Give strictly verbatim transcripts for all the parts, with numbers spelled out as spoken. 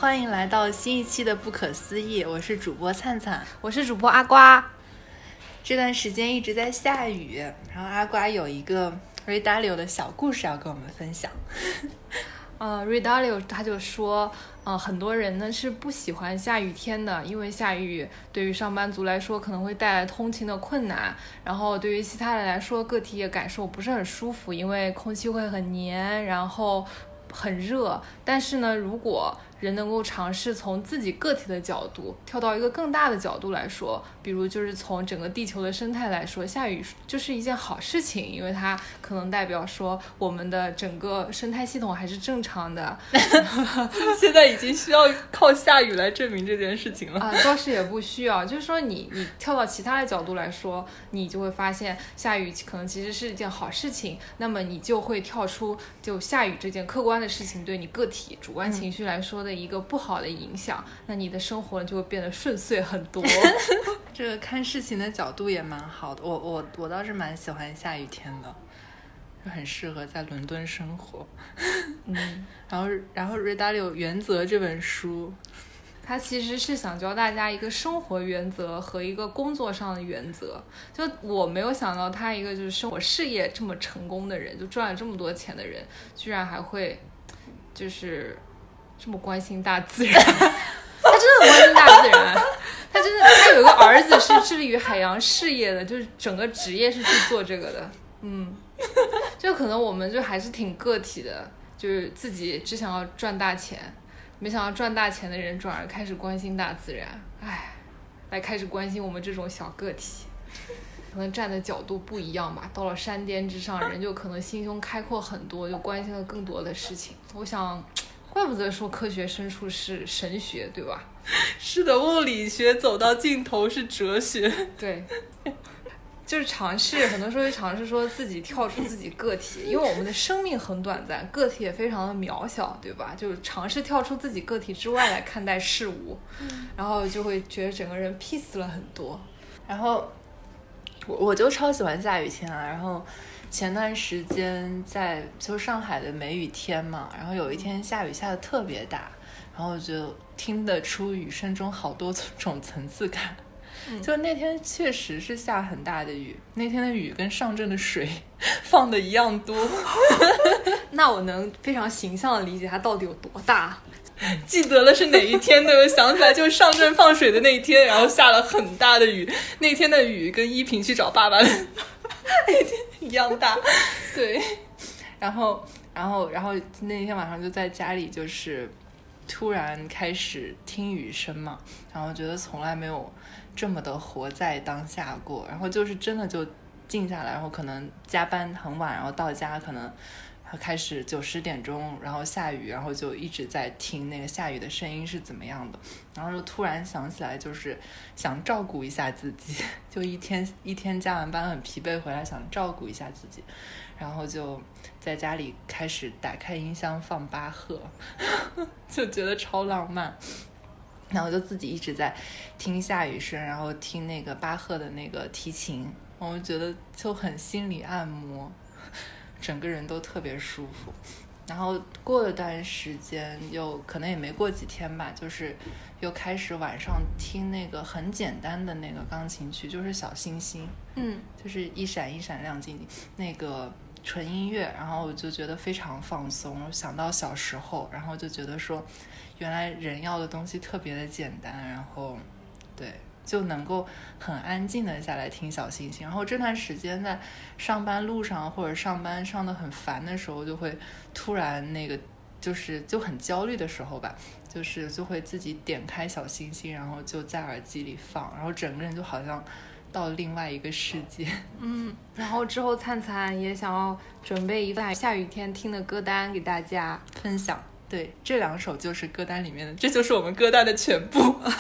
欢迎来到新一期的不可思议，我是主播灿灿， 我是主播阿瓜。 这段时间一直在下雨，然后阿瓜有一个 Ridalio 的小故事要跟我们分享。 呃 Ridalio 他就说呃，很多人呢是不喜欢下雨天的，因为下雨对于上班族来说可能会带来通勤的困难，然后对于其他人来说个体也感受不是很舒服，因为空气会很黏，然后很热。但是呢，如果人能够尝试从自己个体的角度跳到一个更大的角度来说，比如就是从整个地球的生态来说，下雨就是一件好事情，因为它可能代表说我们的整个生态系统还是正常的。 现在已经需要靠下雨来证明这件事情了啊，倒是也不需要，就是说你你跳到其他的角度来说，你就会发现下雨可能其实是一件好事情，那么你就会跳出就下雨这件客观的事情对你个体主观情绪来说的一个不好的影响，嗯、那你的生活就会变得顺遂很多。 这个看事情的角度也蛮好的，我我我倒是蛮喜欢下雨天的，就很适合在伦敦生活。嗯，然后然后 Ridalio 原则这本书， 他其实是想教大家一个生活原则和一个工作上的原则。就我没有想到他一个就是生活事业这么成功的人，就赚了这么多钱的人，居然还会就是这么关心大自然。他真的很关心大自然，他真的他有一个儿子是致力于海洋事业的，就是整个职业是去做这个的。嗯，就可能我们就还是挺个体的，就是自己只想要赚大钱，没想到赚大钱的人转而开始关心大自然，唉，来开始关心我们这种小个体。可能站的角度不一样吧，到了山巅之上，人就可能心胸开阔很多，就关心了更多的事情。我想怪不得说科学深处是神学，对吧？ 是的，物理学走到尽头是哲学。 对，就是尝试，很多时候尝试说自己跳出自己个体，因为我们的生命很短暂，个体也非常的渺小，对吧？就是尝试跳出自己个体之外来看待事物，然后就会觉得整个人 peace 了很多。 然后我我就超喜欢下雨天啊，然后前段时间在就上海的梅雨天嘛，然后有一天下雨下的特别大，然后就听得出雨声中好多种层次感。就那天确实是下很大的雨，那天的雨跟上阵的水放的一样多。 那我能非常形象的理解它到底有多大。 记得了是哪一天的，我想起来就是上阵放水的那一天，然后下了很大的雨，那天的雨跟依萍去找爸爸的那天一样大。对，然后然后然后那天晚上就在家里，就是突然开始听雨声嘛，然后觉得从来没有这么的活在当下过，然后就是真的就静下来，然后可能加班很晚，然后到家可能开始九十点钟，然后下雨，然后就一直在听那个下雨的声音是怎么样的，然后就突然想起来，就是想照顾一下自己，就一天一天加完班很疲惫回来，想照顾一下自己，然后就在家里开始打开音箱放巴赫，就觉得超浪漫。然后就自己一直在听下雨声，然后听那个巴赫的那个提琴，我觉得就很心理按摩，整个人都特别舒服。然后过了段时间，又可能也没过几天吧，就是又开始晚上听那个很简单的那个钢琴曲，就是小星星， 嗯， 就是一闪一闪亮晶晶那个纯音乐，然后我就觉得非常放松，想到小时候，然后就觉得说原来人要的东西特别的简单，然后对就能够很安静的下来听小星星。然后这段时间在上班路上或者上班上的很烦的时候，就会突然那个就是就很焦虑的时候吧，就是就会自己点开小星星，然后就在耳机里放，然后整个人就好像到另外一个世界。 嗯，然后之后灿灿也想要准备一份下雨天听的歌单给大家分享。对，这两首就是歌单里面的，这就是我们歌单的全部。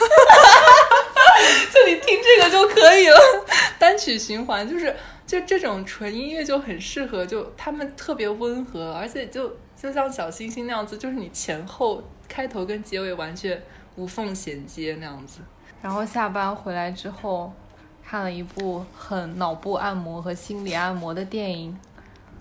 这里听这个就可以了，单曲循环，就是就这种纯音乐就很适合，就他们特别温和，而且就就像小星星那样子，就是你前后开头跟结尾完全无缝衔接那样子。 然后下班回来之后看了一部很脑部按摩和心理按摩的电影，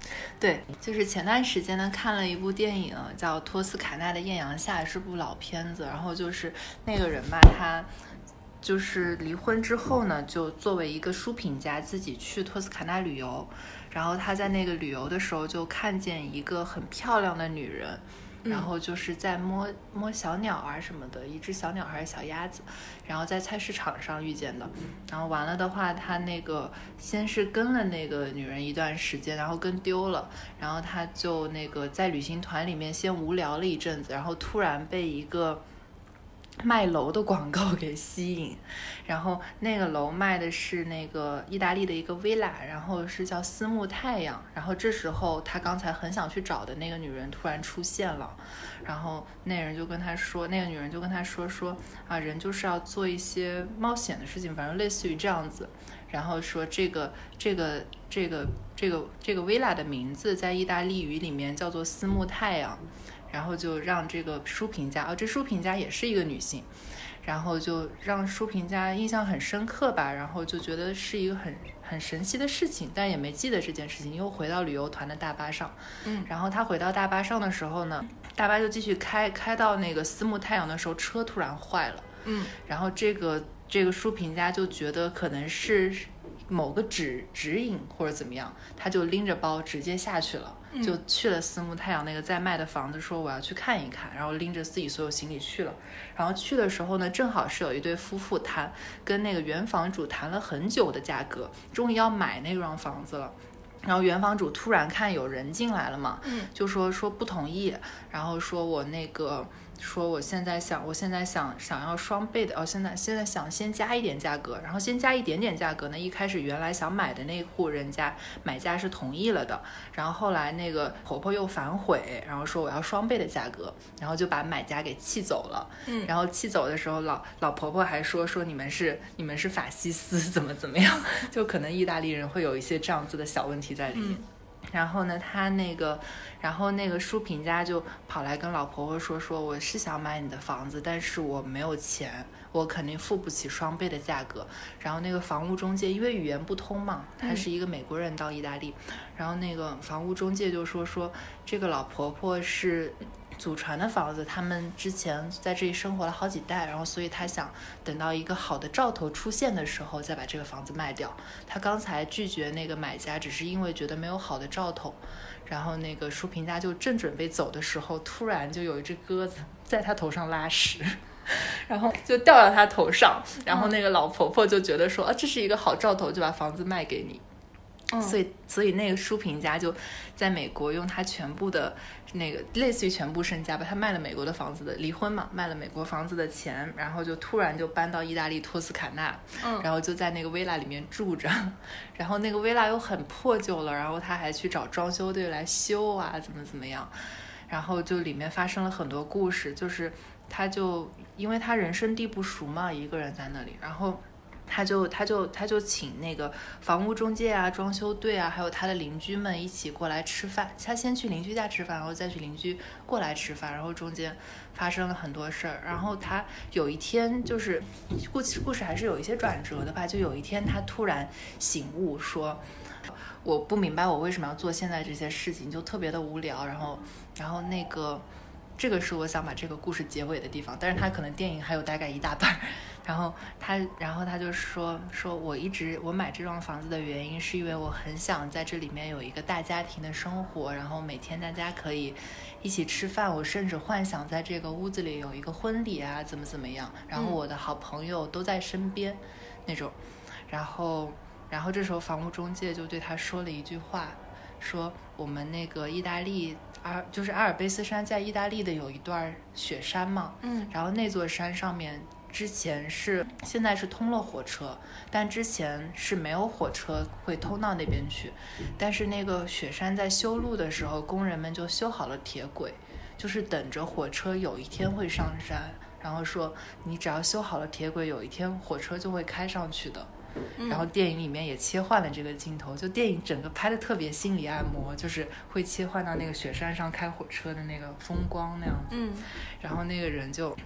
对，就是前段时间呢看了一部电影叫托斯卡纳的艳阳下，是部老片子，然后就是那个人吧，他就是离婚之后呢，就作为一个书评家自己去托斯卡纳旅游，然后他在那个旅游的时候就看见一个很漂亮的女人，然后就是在摸摸小鸟啊什么的，一只小鸟还是小鸭子，然后在菜市场上遇见的。然后完了的话，他那个先是跟了那个女人一段时间，然后跟丢了，然后他就那个在旅行团里面先无聊了一阵子，然后突然被一个卖楼的广告给吸引，然后那个楼卖的是那个意大利的一个 villa， 然后是叫私募太阳，然后这时候他刚才很想去找的那个女人突然出现了，然后那人就跟他说，那个女人就跟他说说啊，人就是要做一些冒险的事情，反正类似于这样子，然后说这个这个这个这个这个 villa 的名字在意大利语里面叫做私募太阳，然后就让这个书评家，哦，这书评家也是一个女性，然后就让书评家印象很深刻吧，然后就觉得是一个很很神奇的事情，但也没记得这件事情，又回到旅游团的大巴上，嗯，然后他回到大巴上的时候呢，大巴就继续开，开到那个私募太阳的时候，车突然坏了，嗯，然后这个这个书评家就觉得可能是某个指指引或者怎么样，他就拎着包直接下去了，就去了私募太阳那个在卖的房子，说我要去看一看，然后拎着自己所有行李去了。然后去的时候呢，正好是有一对夫妇谈跟那个原房主谈了很久的价格，终于要买那幢房子了。然后原房主突然看有人进来了嘛，嗯，就说说不同意，然后说我那个说我现在想我现在想想要双倍的，哦，现在现在想先加一点价格，然后先加一点点价格呢。一开始原来想买的那户人家买家是同意了的，然后后来那个婆婆又反悔，然后说我要双倍的价格，然后就把买家给气走了。嗯，然后气走的时候，老老婆婆还说说你们是你们是法西斯怎么怎么样，就可能意大利人会有一些这样子的小问题在里面。嗯，然后呢，他那个，然后那个书评家就跑来跟老婆婆说说，我是想买你的房子，但是我没有钱，我肯定付不起双倍的价格。然后那个房屋中介因为语言不通嘛，他是一个美国人到意大利，嗯，然后那个房屋中介就说说这个老婆婆是祖传的房子，他们之前在这里生活了好几代，然后所以他想等到一个好的兆头出现的时候再把这个房子卖掉。他刚才拒绝那个买家只是因为觉得没有好的兆头，然后那个书评家就正准备走的时候，突然就有一只鸽子在他头上拉屎，然后就掉到他头上，然后那个老婆婆就觉得说啊，这是一个好兆头，就把房子卖给你。嗯，所以所以那个书评家就在美国用他全部的那个类似于全部身家吧，他卖了美国的房子的，离婚嘛，卖了美国房子的钱，然后就突然就搬到意大利托斯卡纳，嗯，然后就在那个 villa 里面住着，然后那个 villa 又很破旧了，然后他还去找装修队来修啊，怎么怎么样，然后就里面发生了很多故事，就是他就因为他人生地不熟嘛，一个人在那里，然后他就他就他就请那个房屋中介啊、装修队啊，还有他的邻居们一起过来吃饭。他先去邻居家吃饭，然后再去邻居过来吃饭，然后中间发生了很多事儿。然后他有一天就是故事故事还是有一些转折的吧，就有一天他突然醒悟说，我不明白我为什么要做现在这些事情，就特别的无聊。然后然后那个这个是我想把这个故事结尾的地方，但是他可能电影还有大概一大半。然后他，然后他就说说，我一直我买这幢房子的原因是因为我很想在这里面有一个大家庭的生活，然后每天大家可以一起吃饭，我甚至幻想在这个屋子里有一个婚礼啊，怎么怎么样，然后我的好朋友都在身边，嗯，那种，然后然后这时候房屋中介就对他说了一句话，说我们那个意大利阿就是阿尔卑斯山在意大利的有一段雪山嘛，嗯，然后那座山上面之前是现在是通了火车，但之前是没有火车会通到那边去，但是那个雪山在修路的时候，工人们就修好了铁轨，就是等着火车有一天会上山，然后说你只要修好了铁轨，有一天火车就会开上去的。然后电影里面也切换了这个镜头，就电影整个拍的特别心理按摩，就是会切换到那个雪山上开火车的那个风光那样子，嗯，然后那个人就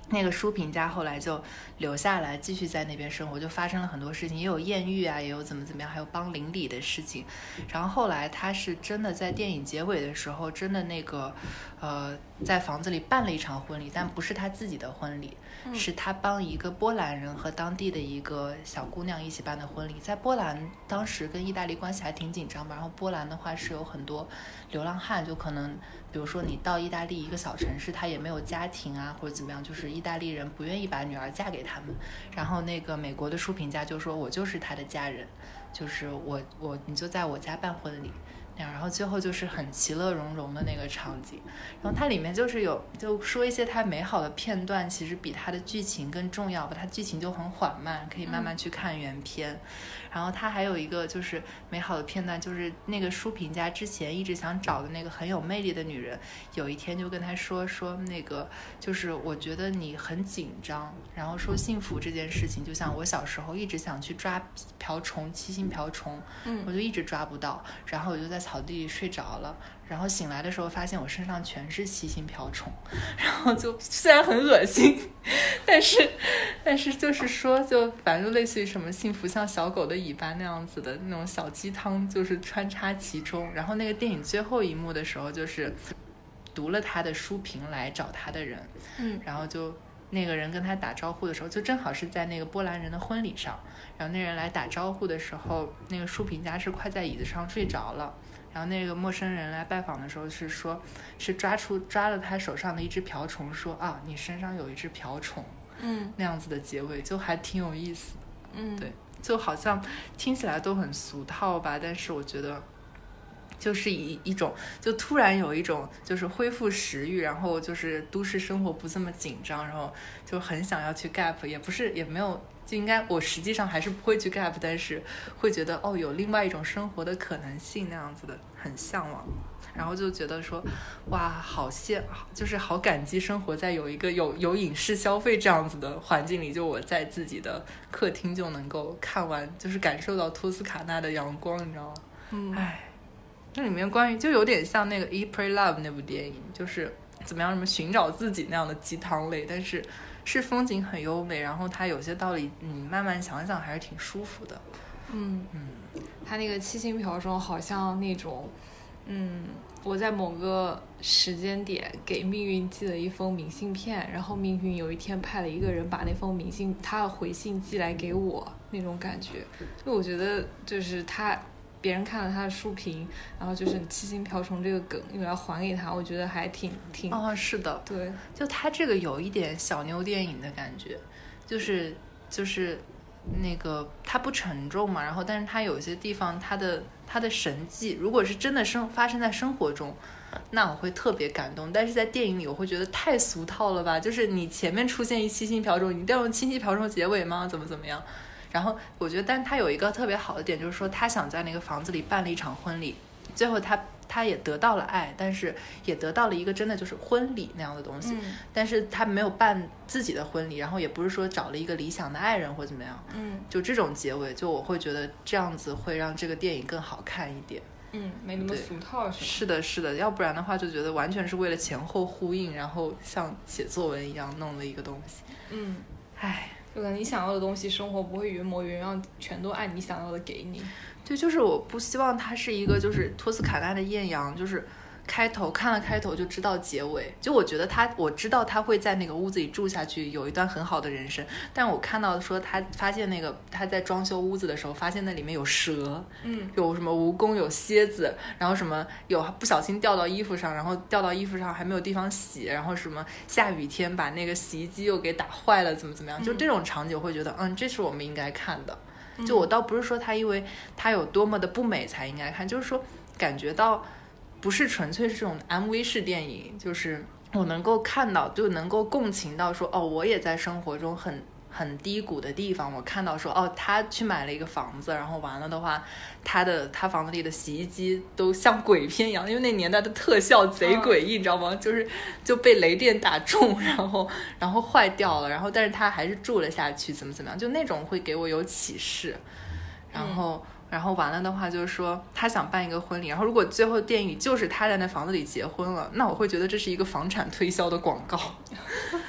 那个书评家后来就留下来继续在那边生活，就发生了很多事情，也有艳遇啊，也有怎么怎么样，还有帮邻里的事情。然后后来他是真的在电影结尾的时候，真的那个呃在房子里办了一场婚礼，但不是他自己的婚礼， 嗯是他帮一个波兰人和当地的一个小姑娘一起办的婚礼。在波兰当时跟意大利关系还挺紧张吧，然后波兰的话是有很多流浪汉，就可能比如说你到意大利一个小城市，他也没有家庭啊或者怎么样，就是意大利人不愿意把女儿嫁给他们。然后那个美国的书评家就说，我就是他的家人，就是我我你就在我家办婚礼那样，然后最后就是很其乐融融的那个场景。然后它里面就是有就说一些它美好的片段，其实比它的剧情更重要吧，它剧情就很缓慢，可以慢慢去看原片。嗯、然后它还有一个就是美好的片段，就是那个书评家之前一直想找的那个很有魅力的女人，有一天就跟他说说那个就是我觉得你很紧张，然后说幸福这件事情就像我小时候一直想去抓瓢虫，七星瓢虫，嗯，我就一直抓不到，然后我就在草地里睡着了，然后醒来的时候发现我身上全是七星瓢虫，然后就虽然很恶心，但是但是就是说就反正类似于什么幸福像小狗的尾巴那样子的那种小鸡汤就是穿插其中。然后那个电影最后一幕的时候就是读了他的书评来找他的人，嗯，然后就那个人跟他打招呼的时候，就正好是在那个波兰人的婚礼上，然后那人来打招呼的时候，那个书评家是快在椅子上睡着了，然后那个陌生人来拜访的时候是说是抓出抓了他手上的一只瓢虫，说啊你身上有一只瓢虫，嗯，那样子的结尾就还挺有意思。嗯，对，就好像听起来都很俗套吧，但是我觉得就是一一种就突然有一种就是恢复食欲，然后就是都市生活不这么紧张，然后就很想要去 gap， 也不是也没有就应该我实际上还是不会去 gap， 但是会觉得哦有另外一种生活的可能性那样子的，很向往。然后就觉得说哇好羡就是好感激生活在有一个有有影视消费这样子的环境里，就我在自己的客厅就能够看完，就是感受到托斯卡纳的阳光，你知道吗？嗯，唉，那里面关于就有点像那个 Eat Pray Love 那部电影，就是怎么样什么寻找自己那样的鸡汤类，但是是风景很优美，然后它有些道理你慢慢想想还是挺舒服的。 嗯嗯，它那个七星瓢虫好像那种嗯，我在某个时间点给命运寄了一封明信片，然后命运有一天派了一个人把那封明信他的回信寄来给我，那种感觉。就我觉得就是他别人看了他的书评，然后就是七星瓢虫这个梗又要还给他，我觉得还挺挺哦，是的， 对， 就他这个有一点小妞电影的感觉，就是就是那个它不沉重嘛，然后但是它有些地方它的它的神迹，如果是真的生发生在生活中，那我会特别感动，但是在电影里我会觉得太俗套了吧，就是你前面出现一七星瓢虫，你一定要用七星瓢虫结尾吗？怎么怎么样？然后我觉得，但他有一个特别好的点，就是说他想在那个房子里办了一场婚礼，最后他他也得到了爱，但是也得到了一个真的就是婚礼那样的东西，嗯、但是他没有办自己的婚礼，然后也不是说找了一个理想的爱人或怎么样，嗯，就这种结尾，就我会觉得这样子会让这个电影更好看一点。 嗯，没那么俗套是吗？ 是的，是的，要不然的话就觉得完全是为了前后呼应，然后像写作文一样弄了一个东西。 嗯， 唉。 就可能你想要的东西，生活不会云模云样，全都按你想要的给你。 对，就是我不希望它是一个就是托斯卡纳的艳阳，就是开头看了开头就知道结尾。就我觉得他，我知道他会在那个屋子里住下去，有一段很好的人生。但我看到说他发现那个他在装修屋子的时候，发现那里面有蛇，嗯，有什么蜈蚣，有蝎子，然后什么有不小心掉到衣服上，然后掉到衣服上还没有地方洗，然后什么下雨天把那个洗衣机又给打坏了，怎么怎么样？就这种场景，我会觉得，嗯，这是我们应该看的。就我倒不是说他因为他有多么的不美才应该看，就是说感觉到。不是纯粹是这种 M V 式电影，就是我能够看到，就能够共情到说，哦，我也在生活中很很低谷的地方，我看到说，哦，他去买了一个房子，然后完了的话，他的他房子里的洗衣机都像鬼片一样，因为那年代的特效贼诡异，你知道吗？就是就被雷电打中，然后然后坏掉了，然后但是他还是住了下去，怎么怎么样，就那种会给我有启示，然后。嗯然后完了的话就是说他想办一个婚礼，然后如果最后电影就是他在那房子里结婚了，那我会觉得这是一个房产推销的广告。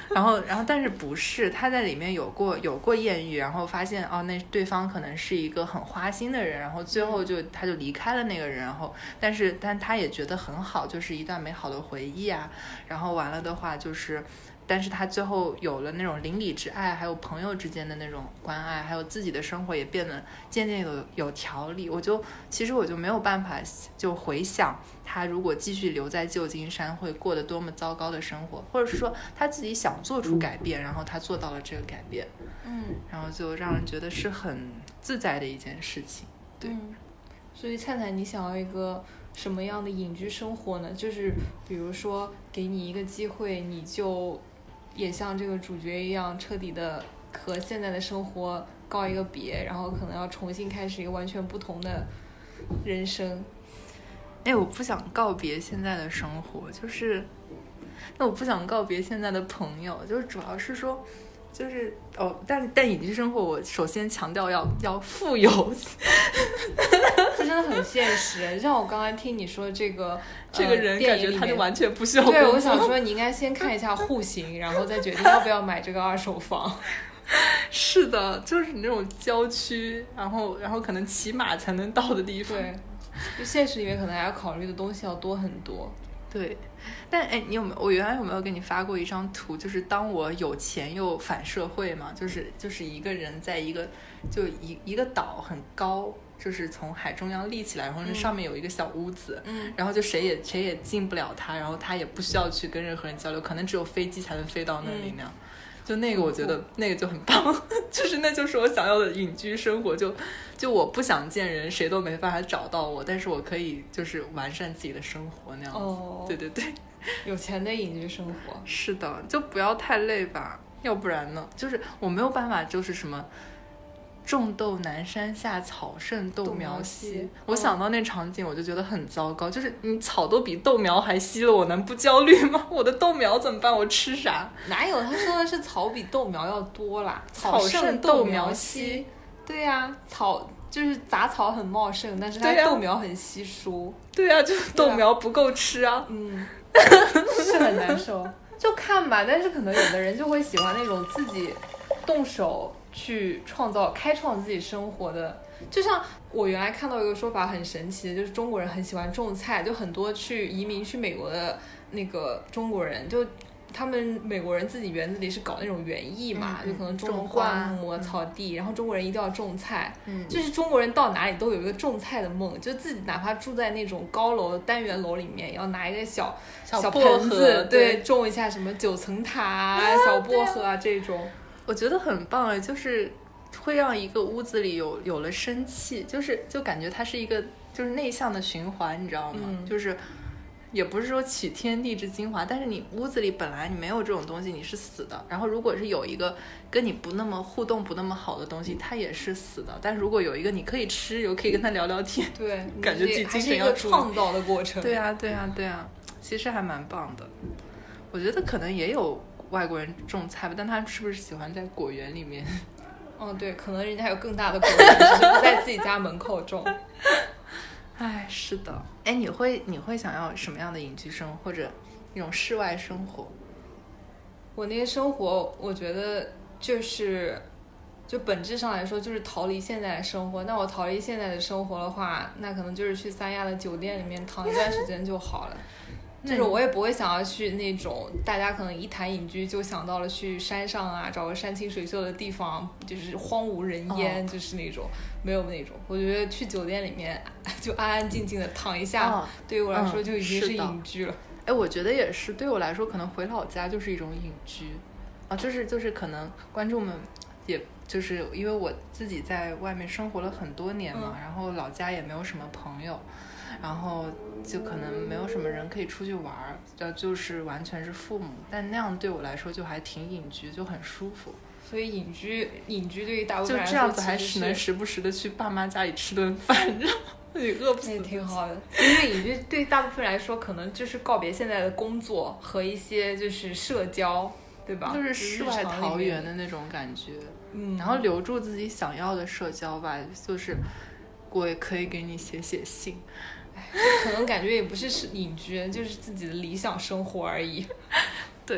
然后然后但是不是他在里面有过有过艳遇，然后发现哦那对方可能是一个很花心的人，然后最后就他就离开了那个人，然后但是但他也觉得很好，就是一段美好的回忆啊，然后完了的话就是但是他最后有了那种邻里之爱，还有朋友之间的那种关爱，还有自己的生活也变得渐渐有有条理。我就其实我就没有办法就回想他如果继续留在旧金山会过得多么糟糕的生活，或者是说他自己想做出改变，然后他做到了这个改变， 嗯， 然后就让人觉得是很自在的一件事情。对， 嗯，所以灿灿，你想要一个什么样的隐居生活呢？就是比如说给你一个机会，你就也像这个主角一样彻底的和现在的生活告一个别，然后可能要重新开始一个完全不同的人生。 哎，我不想告别现在的生活，就是那我不想告别现在的朋友，就是主要是说就是哦，但但隐居生活，我首先强调要要富有， 这真的很现实。就像我刚刚听你说这个这个人感觉他就完全不需要工作。 对，我想说你应该先看一下户型，然后再决定要不要买这个二手房。 是的，就是那种郊区，然后然后可能骑马才能到的地方。 对，就现实里面可能还要考虑的东西要多很多。 对，但哎，你有没有？我原来有没有给你发过一张图？就是当我有钱又反社会嘛，就是就是一个人在一个就一一个岛很高，就是从海中央立起来，然后那上面有一个小屋子， 嗯， 然后就谁也谁也进不了它，然后他也不需要去跟任何人交流，可能只有飞机才能飞到那里那样。嗯，就那个我觉得那个就很棒，就是那就是我想要的隐居生活，就就我不想见人，谁都没办法找到我，但是我可以就是完善自己的生活那样子。 哦， 对对对， 有钱的隐居生活。 是的，就不要太累吧，要不然呢，就是我没有办法，就是什么种豆南山下，草盛豆苗稀。我想到那场景，我就觉得很糟糕。就是你草都比豆苗还稀了，我能不焦虑吗？我的豆苗怎么办？我吃啥？ 哪有？他说的是草比豆苗要多啦。 草盛豆苗稀。 对呀、啊，草就是杂草很茂盛，但是它豆苗很稀疏。 对呀、啊，就豆苗不够吃啊。 嗯，是很难受。就看吧，但是可能有的人就会喜欢那种自己动手去创造、开创自己生活的。就像我原来看到一个说法很神奇的，就是中国人很喜欢种菜，就很多去移民去美国的那个中国人，就他们美国人自己园子里是搞那种园艺嘛， 嗯、 就可能种灌木、草地，然后中国人一定要种菜， 嗯， 就是中国人到哪里都有一个种菜的梦，就自己哪怕住在那种高楼单元楼里面，也要拿一个小小盆子， 对， 对，种一下什么九层塔啊、小薄荷啊这种。 我觉得很棒哎，就是会让一个屋子里有有了生气，就是就感觉它是一个就是内向的循环，你知道吗？ 嗯、 就是也不是说取天地之精华，但是你屋子里本来你没有这种东西，你是死的。然后如果是有一个跟你不那么互动、不那么好的东西，它也是死的。但如果有一个你可以吃，又可以跟他聊聊天， 对， 感觉自己精神要还是一个创造的过程。 对啊，对啊，对啊，其实还蛮棒的。我觉得可能也有外国人种菜吧，但他是不是喜欢在果园里面？ 哦，对，可能人家有更大的果园，只是不在自己家门口种。 哎，是的。哎，你会你会想要什么样的隐居生活，或者那种室外生活？ 我那些生活，我觉得就是就本质上来说就是逃离现在的生活。那我逃离现在的生活的话，那可能就是去三亚的酒店里面躺一段时间就好了。就是我也不会想要去那种大家可能一谈隐居就想到了去山上啊，找个山清水秀的地方，就是荒无人烟， oh. 就是那种没有那种。我觉得去酒店里面就安安静静的躺一下， oh. 对于我来说就已经是隐居了。 哎、嗯，我觉得也是，对我来说可能回老家就是一种隐居啊，就是就是可能观众们也就是因为我自己在外面生活了很多年嘛，嗯、然后老家也没有什么朋友。然后就可能没有什么人可以出去玩，就就是完全是父母，但那样对我来说就还挺隐居，就很舒服。 所以隐居隐居对于大部分人来说就这样子还是能时不时的去爸妈家里吃顿饭，然后你饿不死。 也挺好的。因为隐居对于大部分人来说，可能就是告别现在的工作和一些就是社交，对吧？ 就是世外桃源的那种感觉。嗯，然后留住自己想要的社交吧，就是我也可以给你写写信。 可能感觉也不是隐居，就是自己的理想生活而已。 对，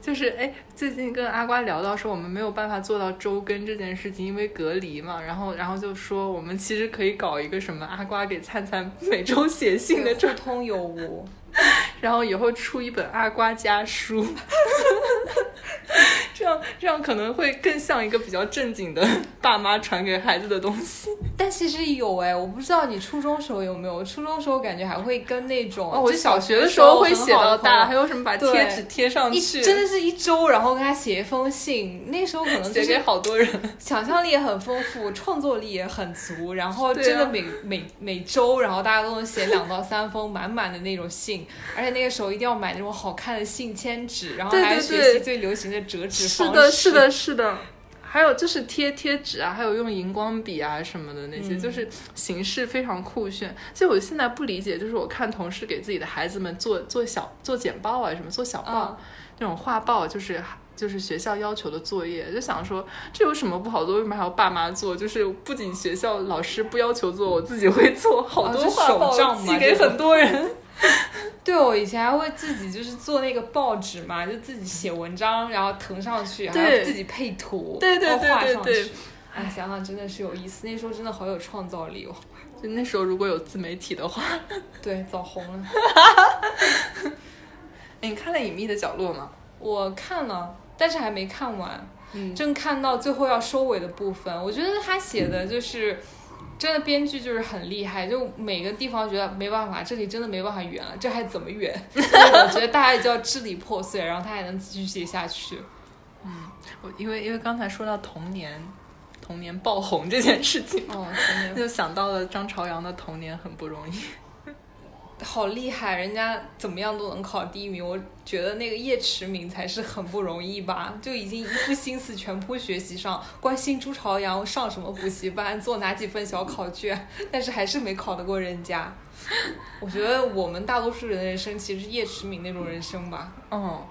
就是哎，最近跟阿瓜聊到说我们没有办法做到周更这件事情，因为隔离嘛，然后然后就说我们其实可以搞一个什么阿瓜给灿灿每周写信的互通有无， 然后以后出一本阿瓜家书。这样这样可能会更像一个比较正经的爸妈传给孩子的东西。 但其实有哎，我不知道你初中时候有没有，初中时候感觉还会跟那种哦，我小学的时候会写到大，还有什么把贴纸贴上去， 真的是一周，然后跟他写一封信。那时候可能、就是、 写给好多人， 想象力也很丰富，创作力也很足，然后真的每、啊、每每周，然后大家都能写两到三封满满的那种信，而且那个时候一定要买那种好看的信签纸，然后还学习最流行的折纸方式。 是的，是的，是的。还有就是贴贴纸啊，还有用荧光笔啊什么的那些、嗯、就是形式非常酷炫。所以我现在不理解，就是我看同事给自己的孩子们做做小做简报啊什么做小报、嗯、那种画报，就是就是学校要求的作业，就想说这有什么不好做，为什么还要爸妈做？就是不仅学校老师不要求做，我自己会做，好多画报寄给很多人。 对，我以前还会自己就是做那个报纸嘛，就自己写文章，然后誊上去，还要自己配图， 对对对对对对。 哎，想想真的是有意思，那时候真的好有创造力哦。 就那时候如果有自媒体的话， 对，早红了。 哎，你看了《隐秘的角落》吗？ 我看了，但是还没看完。嗯，正看到最后要收尾的部分，我觉得他写的就是。真的编剧就是很厉害，就每个地方觉得没办法，这里真的没办法圆了，这还怎么圆？我觉得大家也就要支离破碎，然后他还能继续写下去。 嗯，我因为因为刚才说到童年，童年爆红这件事情， 哦，童年就想到了张朝阳的童年很不容易。 好厉害，人家怎么样都能考第一名，我觉得那个叶驰明才是很不容易吧，就已经一副心思全扑学习上，关心朱朝阳上什么补习班，做哪几份小考卷，但是还是没考得过人家。我觉得我们大多数人的人生其实是叶驰明那种人生吧。 哦。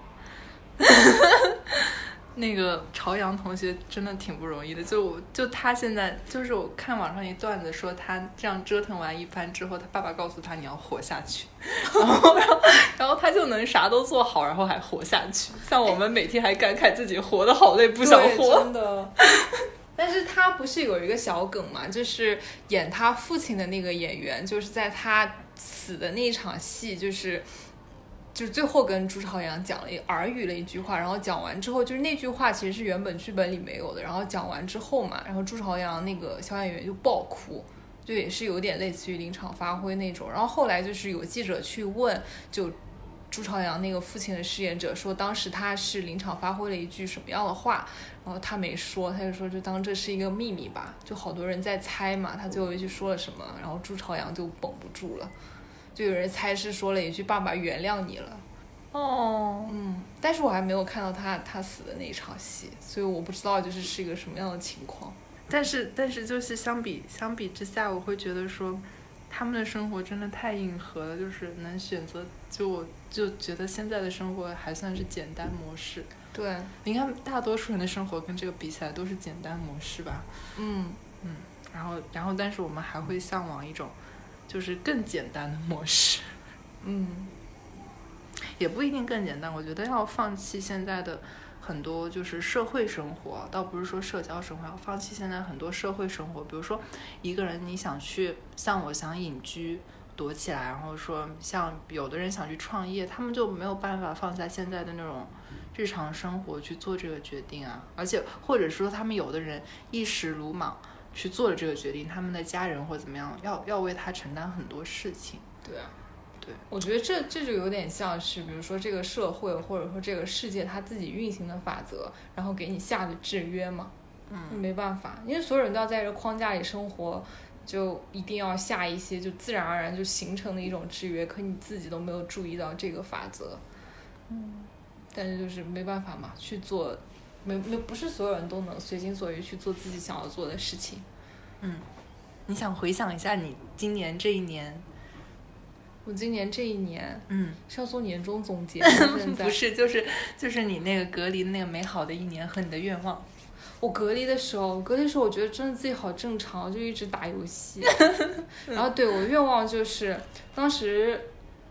那个朝阳同学真的挺不容易的，就就他现在就是我看网上一段子说他这样折腾完一番之后，他爸爸告诉他你要活下去，然后然后然后他就能啥都做好，然后还活下去。像我们每天还感慨自己活得好累，不想活。 真的。但是他不是有一个小梗嘛，就是演他父亲的那个演员，就是在他死的那一场戏，就是就是最后跟朱朝阳讲了耳语了一句话，然后讲完之后，就是那句话其实是原本剧本里没有的，然后讲完之后嘛，然后朱朝阳那个小演员就爆哭，就也是有点类似于临场发挥那种。然后后来就是有记者去问，就朱朝阳那个父亲的饰演者说，当时他是临场发挥了一句什么样的话，然后他没说，他就说就当这是一个秘密吧，就好多人在猜嘛，他最后一句说了什么，然后朱朝阳就绷不住了。就有人猜是说了一句爸爸原谅你了。 哦， 嗯，但是我还没有看到他他死的那一场戏，所以我不知道就是是一个什么样的情况。 但是但是就是相比相比之下，我会觉得说他们的生活真的太硬核了，就是能选择，就我就觉得现在的生活还算是简单模式。 对， 你看大多数人的生活跟这个比起来都是简单模式吧。 嗯嗯，然后然后但是我们还会向往一种就是更简单的模式。 嗯， 也不一定更简单，我觉得要放弃现在的很多就是社会生活，倒不是说社交生活，要放弃现在很多社会生活。比如说一个人你想去，像我想隐居躲起来，然后说像有的人想去创业，他们就没有办法放下现在的那种日常生活去做这个决定啊。而且或者说他们有的人一时鲁莽去做了这个决定，他们的家人或怎么样要要为他承担很多事情。 对啊， 对， 我觉得这这就有点像是比如说这个社会或者说这个世界它自己运行的法则，然后给你下的制约嘛。嗯，没办法，因为所有人都要在这个框架里生活，就一定要下一些就自然而然就形成的一种制约，可你自己都没有注意到这个法则。嗯，但是就是没办法嘛，去做没没不是所有人都能随心所欲去做自己想要做的事情。 嗯，你想回想一下你今年这一年？ 我今年这一年， 嗯， 是要做年终总结吗？现在不是，就是就是你那个隔离那个美好的一年和你的愿望。 我隔离的时候，隔离的时候我觉得真的自己好正常，就一直打游戏。然后对我愿望就是当时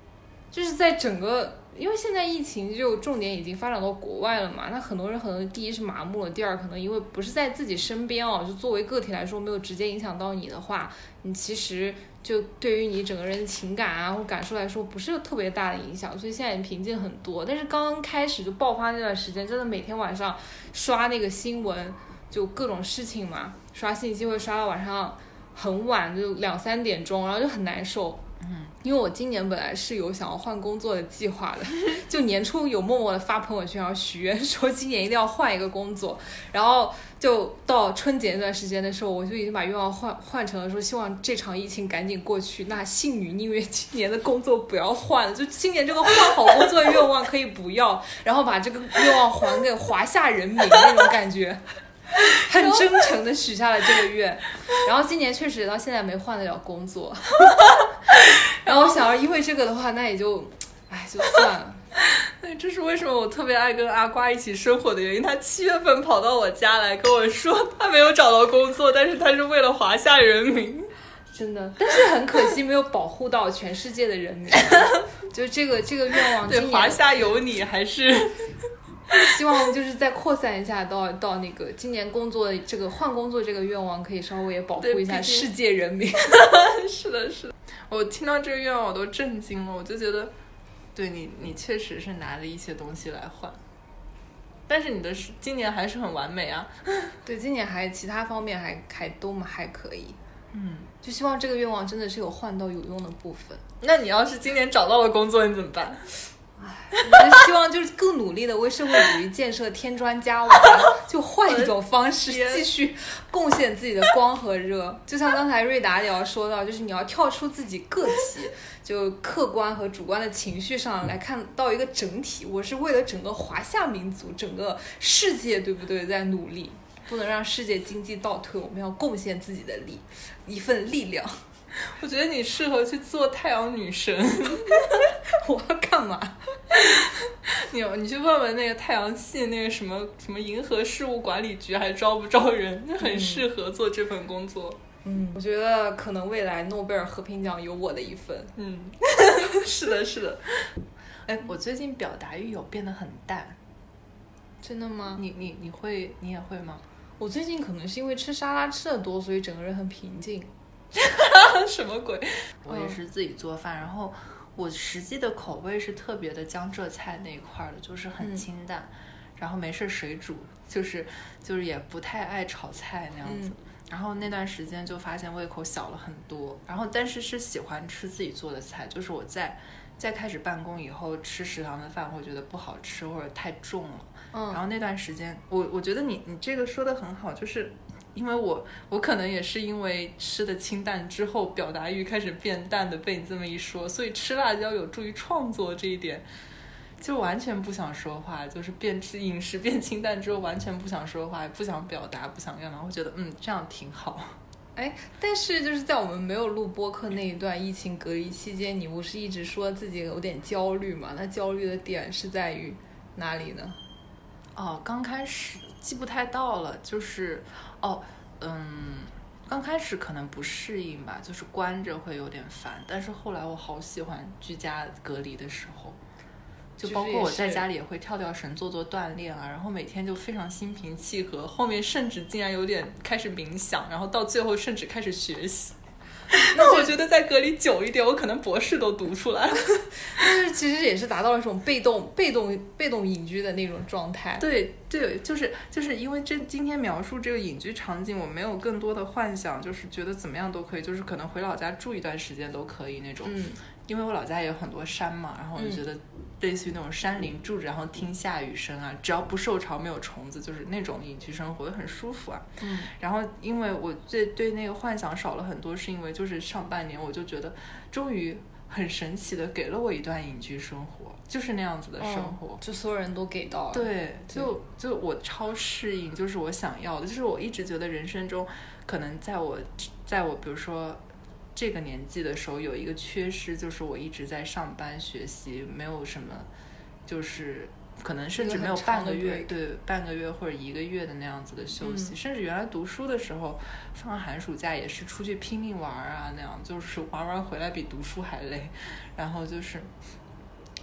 就是在整个，因为现在疫情就重点已经发展到国外了嘛，那很多人可能第一是麻木了，第二可能因为不是在自己身边哦，就作为个体来说没有直接影响到你的话，你其实就对于你整个人的情感啊或感受来说不是有特别大的影响，所以现在平静很多。但是刚刚开始就爆发那段时间，真的每天晚上刷那个新闻，就各种事情嘛，刷信息会刷到晚上很晚，就两三点钟，然后就很难受。嗯，因为我今年本来是有想要换工作的计划的，就年初有默默的发朋友圈，然后许愿说今年一定要换一个工作，然后就到春节那段时间的时候，我就已经把愿望换换成了说希望这场疫情赶紧过去。那幸女宁愿今年的工作不要换了，就今年这个换好工作的愿望可以不要，然后把这个愿望还给华夏人民那种感觉。很真诚的许下了这个愿，然后今年确实到现在没换得了工作，然后我想要因为这个的话，那也就，哎，就算了。 对，这是为什么我特别爱跟阿瓜一起生活的原因。他七月份跑到我家来跟我说，他没有找到工作，但是他是为了华夏人民。 真的，但是很可惜没有保护到全世界的人民。就这个这个愿望， 对，华夏有你还是。 希望就是再扩散一下到到那个今年工作这个换工作这个愿望可以稍微保护一下世界人民。 是的是的，我听到这个愿望我都震惊了，我就觉得对你你确实是拿了一些东西来换，但是你的今年还是很完美啊。 对，今年还其他方面还还都还可以。 嗯， 就希望这个愿望真的是有换到有用的部分。 那你要是今年找到了工作你怎么办？ 我希望就是更努力的为社会主义建设添砖加瓦，就换一种方式继续贡献自己的光和热。就像刚才瑞达也要说到，就是你要跳出自己个体就客观和主观的情绪上来看到一个整体，我是为了整个华夏民族整个世界，对不对，在努力，不能让世界经济倒退，我们要贡献自己的力一份力量。 我觉得你适合去做太阳女神。 我要干嘛？ 你你去问问那个太阳系那个什么什么银河事务管理局还招不招人，很适合做这份工作。 嗯，我觉得可能未来诺贝尔和平奖有我的一份。 嗯，是的是的。 哎，我最近表达欲有变得很淡。 真的吗？ 你你你会你也会吗？ 我最近可能是因为吃沙拉吃的多，所以整个人很平静。 什么鬼？ 我也是自己做饭，然后我实际的口味是特别的江浙菜那一块的，就是很清淡，嗯、然后没事水煮，就是就是也不太爱炒菜那样子。嗯、然后那段时间就发现胃口小了很多，然后但是是喜欢吃自己做的菜，就是我在在开始办公以后吃食堂的饭会觉得不好吃或者太重了。嗯，然后那段时间我我觉得你你这个说的很好，就是因为我我可能也是因为吃的清淡之后表达欲开始变淡的，被你这么一说，所以吃辣椒有助于创作这一点就完全不想说话，就是变吃饮食变清淡之后完全不想说话，不想表达，不想要，然后觉得嗯这样挺好。 哎，但是就是在我们没有录播客那一段疫情隔离期间，你不是一直说自己有点焦虑嘛？那焦虑的点是在于哪里呢？ 哦，刚开始记不太到了，就是哦，嗯，刚开始可能不适应吧，就是关着会有点烦，但是后来我好喜欢居家隔离的时候，就包括我在家里也会跳跳绳做做锻炼啊，然后每天就非常心平气和，后面甚至竟然有点开始冥想，然后到最后甚至开始学习。那我觉得再隔离久一点，我可能博士都读出来了。 但是其实也是达到了这种被动、被动、被动隐居的那种状态。 对对，就是就是因为这今天描述这个隐居场景，我没有更多的幻想，就是觉得怎么样都可以，就是可能回老家住一段时间都可以那种。嗯，因为我老家也有很多山嘛，然后我就觉得类似于那种山林住着，然后听下雨声啊，只要不受潮没有虫子，就是那种隐居生活很舒服啊。嗯，然后因为我对对那个幻想少了很多，是因为就是上半年我就觉得终于很神奇的给了我一段隐居生活，就是那样子的生活， 嗯、就所有人都给到了。 对，就就我超适应，就是我想要的，就是我一直觉得人生中可能在我在我比如说这个年纪的时候有一个缺失，就是我一直在上班学习，没有什么就是可能甚至没有半个月，对，半个月或者一个月的那样子的休息、嗯、甚至原来读书的时候放寒暑假也是出去拼命玩啊，那样就是玩完回来比读书还累，然后就是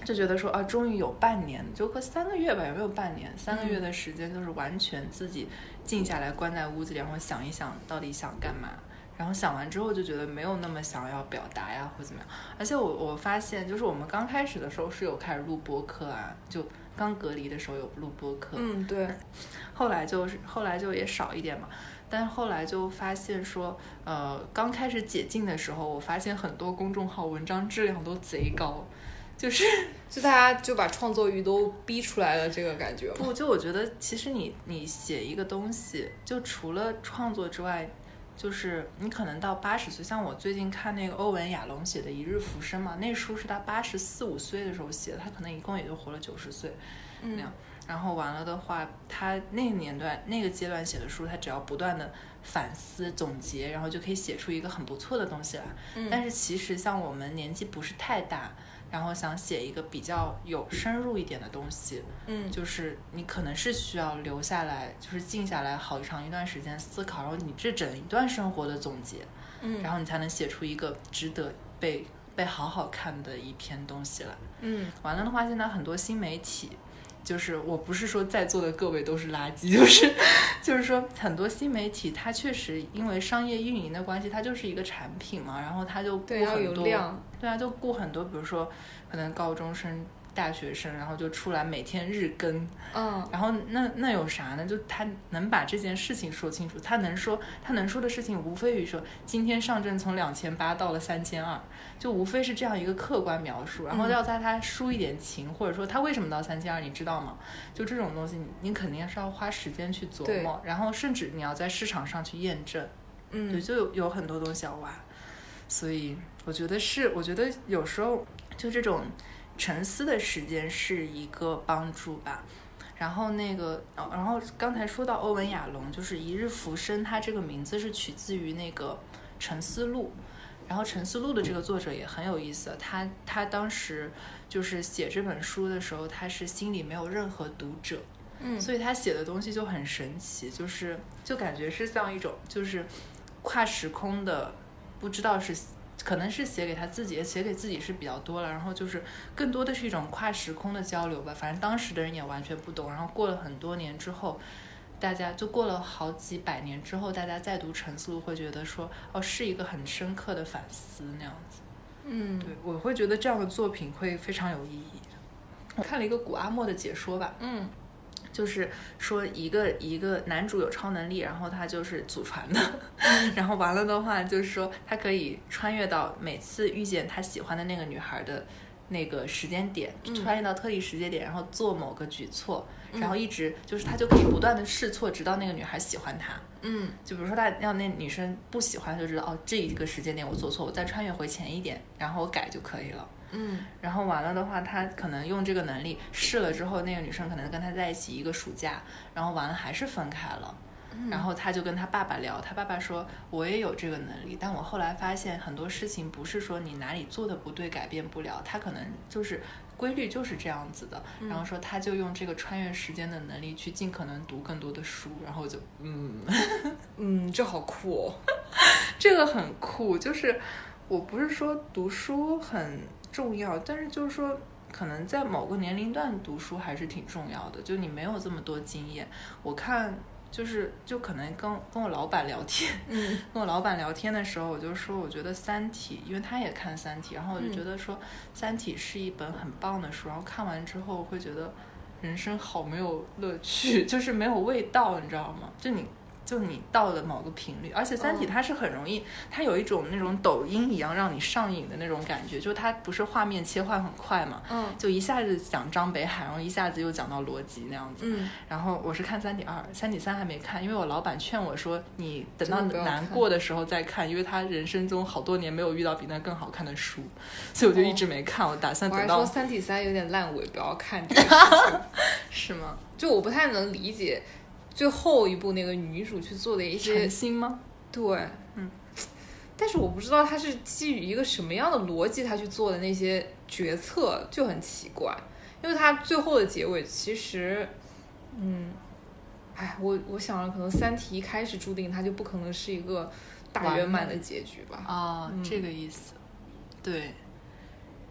就觉得说啊，终于有半年，就个三个月吧，有没有半年？三个月的时间，就是完全自己静下来，关在屋子里，然后想一想到底想干嘛。然后想完之后就觉得没有那么想要表达呀，或怎么样。而且我我发现，就是我们刚开始的时候是有开始录播客啊，就刚隔离的时候有录播客。 嗯，对。 后来就是后来就也少一点嘛。但是后来就发现说，呃，刚开始解禁的时候，我发现很多公众号文章质量都贼高。就是就大家就把创作欲都逼出来了，这个感觉不就我觉得其实你你写一个东西，就除了创作之外，就是你可能到八十岁，像我最近看那个欧文亚龙写的《一日浮生》嘛，那书是他八十四五岁的时候写的，他可能一共也就活了九十岁那样。然后完了的话，他那个年段那个阶段写的书，他只要不断的反思总结，然后就可以写出一个很不错的东西来。嗯、但是其实像我们年纪不是太大，然后想写一个比较有深入一点的东西，嗯，就是你可能是需要留下来，就是静下来好长一段时间思考，然后你这整一段生活的总结，嗯，然后你才能写出一个值得被被好好看的一篇东西来。嗯，完了的话，现在很多新媒体。就是我不是说在座的各位都是垃圾，就是就是说很多新媒体它确实因为商业运营的关系，它就是一个产品嘛，然后它就顾很多，对啊，就顾很多，比如说可能高中生、大学生，然后就出来每天日更，嗯，然后那那有啥呢？就他能把这件事情说清楚，他能说他能说的事情无非于说今天上证从两千八到了三千二，就无非是这样一个客观描述，然后要在他抒一点情，嗯、或者说他为什么到三千二，你知道吗？就这种东西你，你肯定是要花时间去琢磨，然后甚至你要在市场上去验证，嗯，对，就有有很多东西要挖，所以我觉得是，我觉得有时候就这种沉思的时间是一个帮助吧。然后那个，然后刚才说到欧文亚龙，就是《一日浮生》，它这个名字是取自于那个沉思录。然后沉思录的这个作者也很有意思，他他当时就是写这本书的时候，他是心里没有任何读者，嗯，所以他写的东西就很神奇，就是就感觉是像一种就是跨时空的，不知道是可能是写给他自己，写给自己是比较多了，然后就是更多的是一种跨时空的交流吧。反正当时的人也完全不懂，然后过了很多年之后。大家就过了好几百年之后，大家再读沉思录会觉得说，哦，是一个很深刻的反思那样子。嗯，对，我会觉得这样的作品会非常有意义。我看了一个古阿莫的解说吧，嗯，就是说一个一个男主有超能力，然后他就是祖传的，嗯、然后完了的话就是说他可以穿越到每次遇见他喜欢的那个女孩的那个时间点，穿越到特定时间点，然后做某个举措。然后一直就是他就可以不断的试错，直到那个女孩喜欢他。嗯，就比如说他要那女生不喜欢，就知道哦，这一个时间点我做错，我再穿越回前一点，然后我改就可以了。嗯，然后完了的话，他可能用这个能力试了之后，那个女生可能跟他在一起一个暑假，然后完了还是分开了。然后他就跟他爸爸聊，他爸爸说我也有这个能力，但我后来发现很多事情不是说你哪里做的不对改变不了，他可能就是规律就是这样子的。嗯、然后说他就用这个穿越时间的能力去尽可能读更多的书，然后就嗯嗯，这好酷哦， 这个很酷。就是我不是说读书很重要，但是就是说可能在某个年龄段读书还是挺重要的，就你没有这么多经验。我看就是就可能跟跟我老板聊天，嗯，跟我老板聊天的时候，我就说我觉得《三体》，因为他也看《三体》，然后我就觉得说《三体》是一本很棒的书，然后看完之后会觉得人生好没有乐趣，就是没有味道，你知道吗？就你。就你到了某个频率，而且《三体》它是很容易，它有一种那种抖音一样让你上瘾的那种感觉，就它不是画面切换很快嘛，嗯，就一下子讲张北海，然后一下子又讲到逻辑那样子，嗯，然后我是看《三体二》，《三体三》还没看，因为我老板劝我说你等到难过的时候再看，因为他人生中好多年没有遇到比那更好看的书，所以我就一直没看，我打算等到。 我还说《三体三》有点烂尾，不要看这个事情， 是吗？ 就我不太能理解。最后一部那个女主去做的一些诚心吗？ 对，嗯，但是我不知道她是基于一个什么样的逻辑，她去做的那些决策就很奇怪，因为她最后的结尾其实，嗯，哎，我我想了，可能《三体》一开始注定它就不可能是一个大圆满的结局吧？ 哦，嗯、这个意思，对。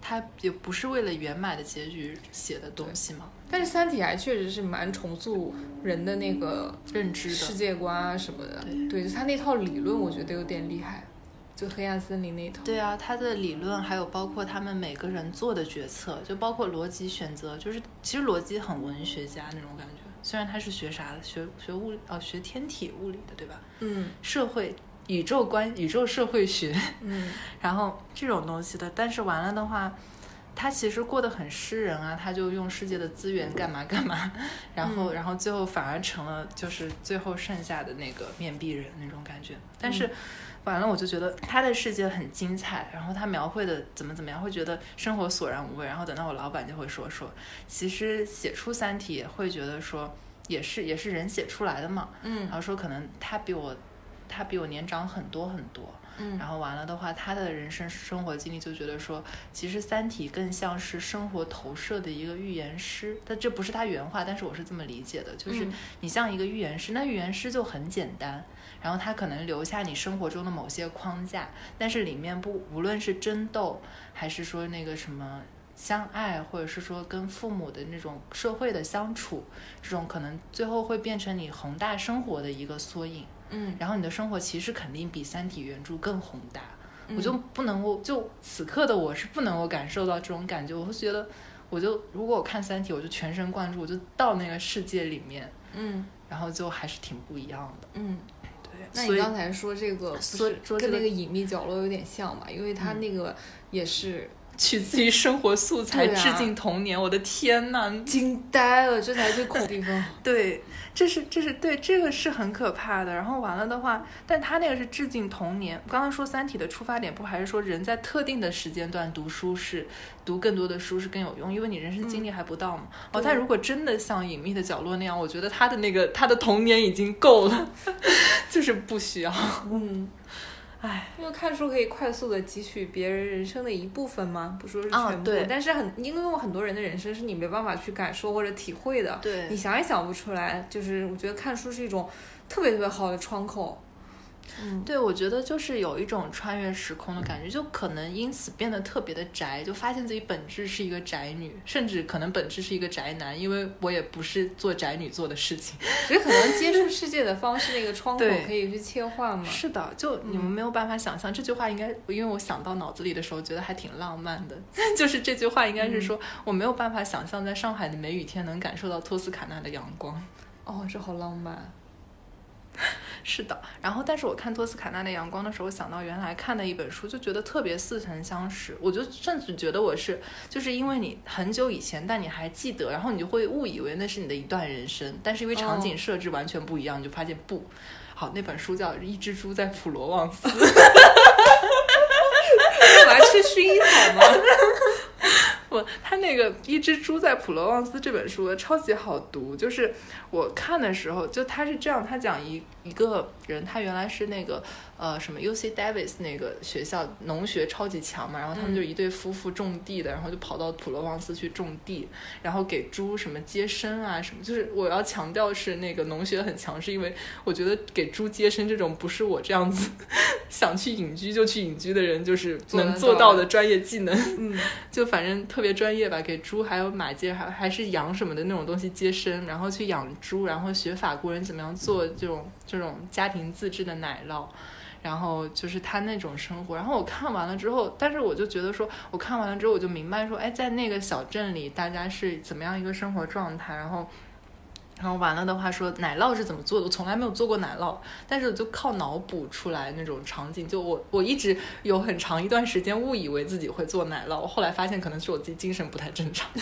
它也不是为了圆满的结局写的东西嘛。 但是《三体》还确实是蛮重塑人的那个认知的世界观啊什么的。 对， 对，就他那套理论，我觉得有点厉害。就黑暗森林那套。 对啊，他的理论还有包括他们每个人做的决策，就包括逻辑选择，就是其实逻辑很文学家那种感觉。虽然他是学啥的，学学物哦，学天体物理的，对吧？ 嗯， 社会宇宙观、宇宙社会学， 嗯， 然后这种东西的，但是完了的话。他其实过得很诗人啊，他就用世界的资源干嘛干嘛，然后、嗯、然后最后反而成了就是最后剩下的那个面壁人那种感觉。但是完了我就觉得他的世界很精彩，然后他描绘的怎么怎么样，会觉得生活索然无味。然后等到我老板就会说说，其实写出三体也会觉得说也是也是人写出来的嘛， 嗯， 然后说可能他比我他比我年长很多很多。 嗯， 然后完了的话，他的人生生活经历就觉得说，其实《三体》更像是生活投射的一个预言师。但这不是他原话，但是我是这么理解的，就是你像一个预言师，那预言师就很简单，然后他可能留下你生活中的某些框架，但是里面不无论是争斗，还是说那个什么相爱，或者是说跟父母的那种社会的相处，这种可能最后会变成你宏大生活的一个缩影。 嗯， 然后你的生活其实肯定比三体原著更宏大、 嗯、 我就不能够就此刻的我是不能够感受到这种感觉。我会觉得我就如果我看三体我就全神贯注，我就到那个世界里面， 嗯， 然后就还是挺不一样的。 嗯， 对。 那你刚才说这个不是跟那个隐秘角落有点像嘛？因为它那个也是、嗯取自于生活素材、啊、致敬童年。我的天哪， 惊呆了，这才是恐怖地方。 对，这是这是对这个是很可怕的。然后完了的话，但他那个是致敬童年。刚刚说三体的出发点不还是说人在特定的时间段读书是读更多的书是更有用，因为你人生经历还不到嘛、嗯、哦，但如果真的像隐秘的角落那样，我觉得他的那个他的童年已经够了就是不需要。 嗯，唉，因为看书可以快速的汲取别人人生的一部分嘛，不说是全部、哦、 对， 但是很因为有很多人的人生是你没办法去感受或者体会的， 对， 你想也想不出来。就是我觉得看书是一种特别特别好的窗口。 嗯，对，我觉得就是有一种穿越时空的感觉，就可能因此变得特别的宅，就发现自己本质是一个宅女，甚至可能本质是一个宅男，因为我也不是做宅女做的事情， 所以可能接触世界的方式那个窗口可以去切换嘛。 是的，就你们没有办法想象、嗯、这句话应该，因为我想到脑子里的时候觉得还挺浪漫的，就是这句话应该是说、嗯、我没有办法想象在上海的梅雨天能感受到托斯卡纳的阳光。 哦，这好浪漫。 是的，然后但是我看托斯卡纳的阳光的时候，想到原来看的一本书，就觉得特别似曾相识。我就甚至觉得我是就是因为你很久以前但你还记得，然后你就会误以为那是你的一段人生，但是因为场景设置完全不一样、哦、你就发现不好。那本书叫《一只猪在普罗旺斯》 我还吃薰衣草吗？ 我他那个《一只猪在普罗旺斯》这本书超级好读，就是我看的时候，就他是这样，他讲一一个人，他原来是那个呃什么 U C Davis 那个学校农学超级强嘛，然后他们就一对夫妇种地的，然后就跑到普罗旺斯去种地，然后给猪什么接生啊什么，就是我要强调是那个农学很强，是因为我觉得给猪接生这种不是我这样子想去隐居就去隐居的人就是能做到的专业技能，嗯，就反正特别专业吧，给猪还有马接还还是羊什么的那种东西接生，然后去养猪，然后学法国人怎么样做这种这种家庭自制的奶酪，然后就是他那种生活。然后我看完了之后，但是我就觉得说我看完了之后我就明白说，哎，在那个小镇里大家是怎么样一个生活状态，然后然后完了的话说奶酪是怎么做的，我从来没有做过奶酪，但是我就靠脑补出来那种场景，就我我一直有很长一段时间误以为自己会做奶酪，我后来发现可能是我自己精神不太正常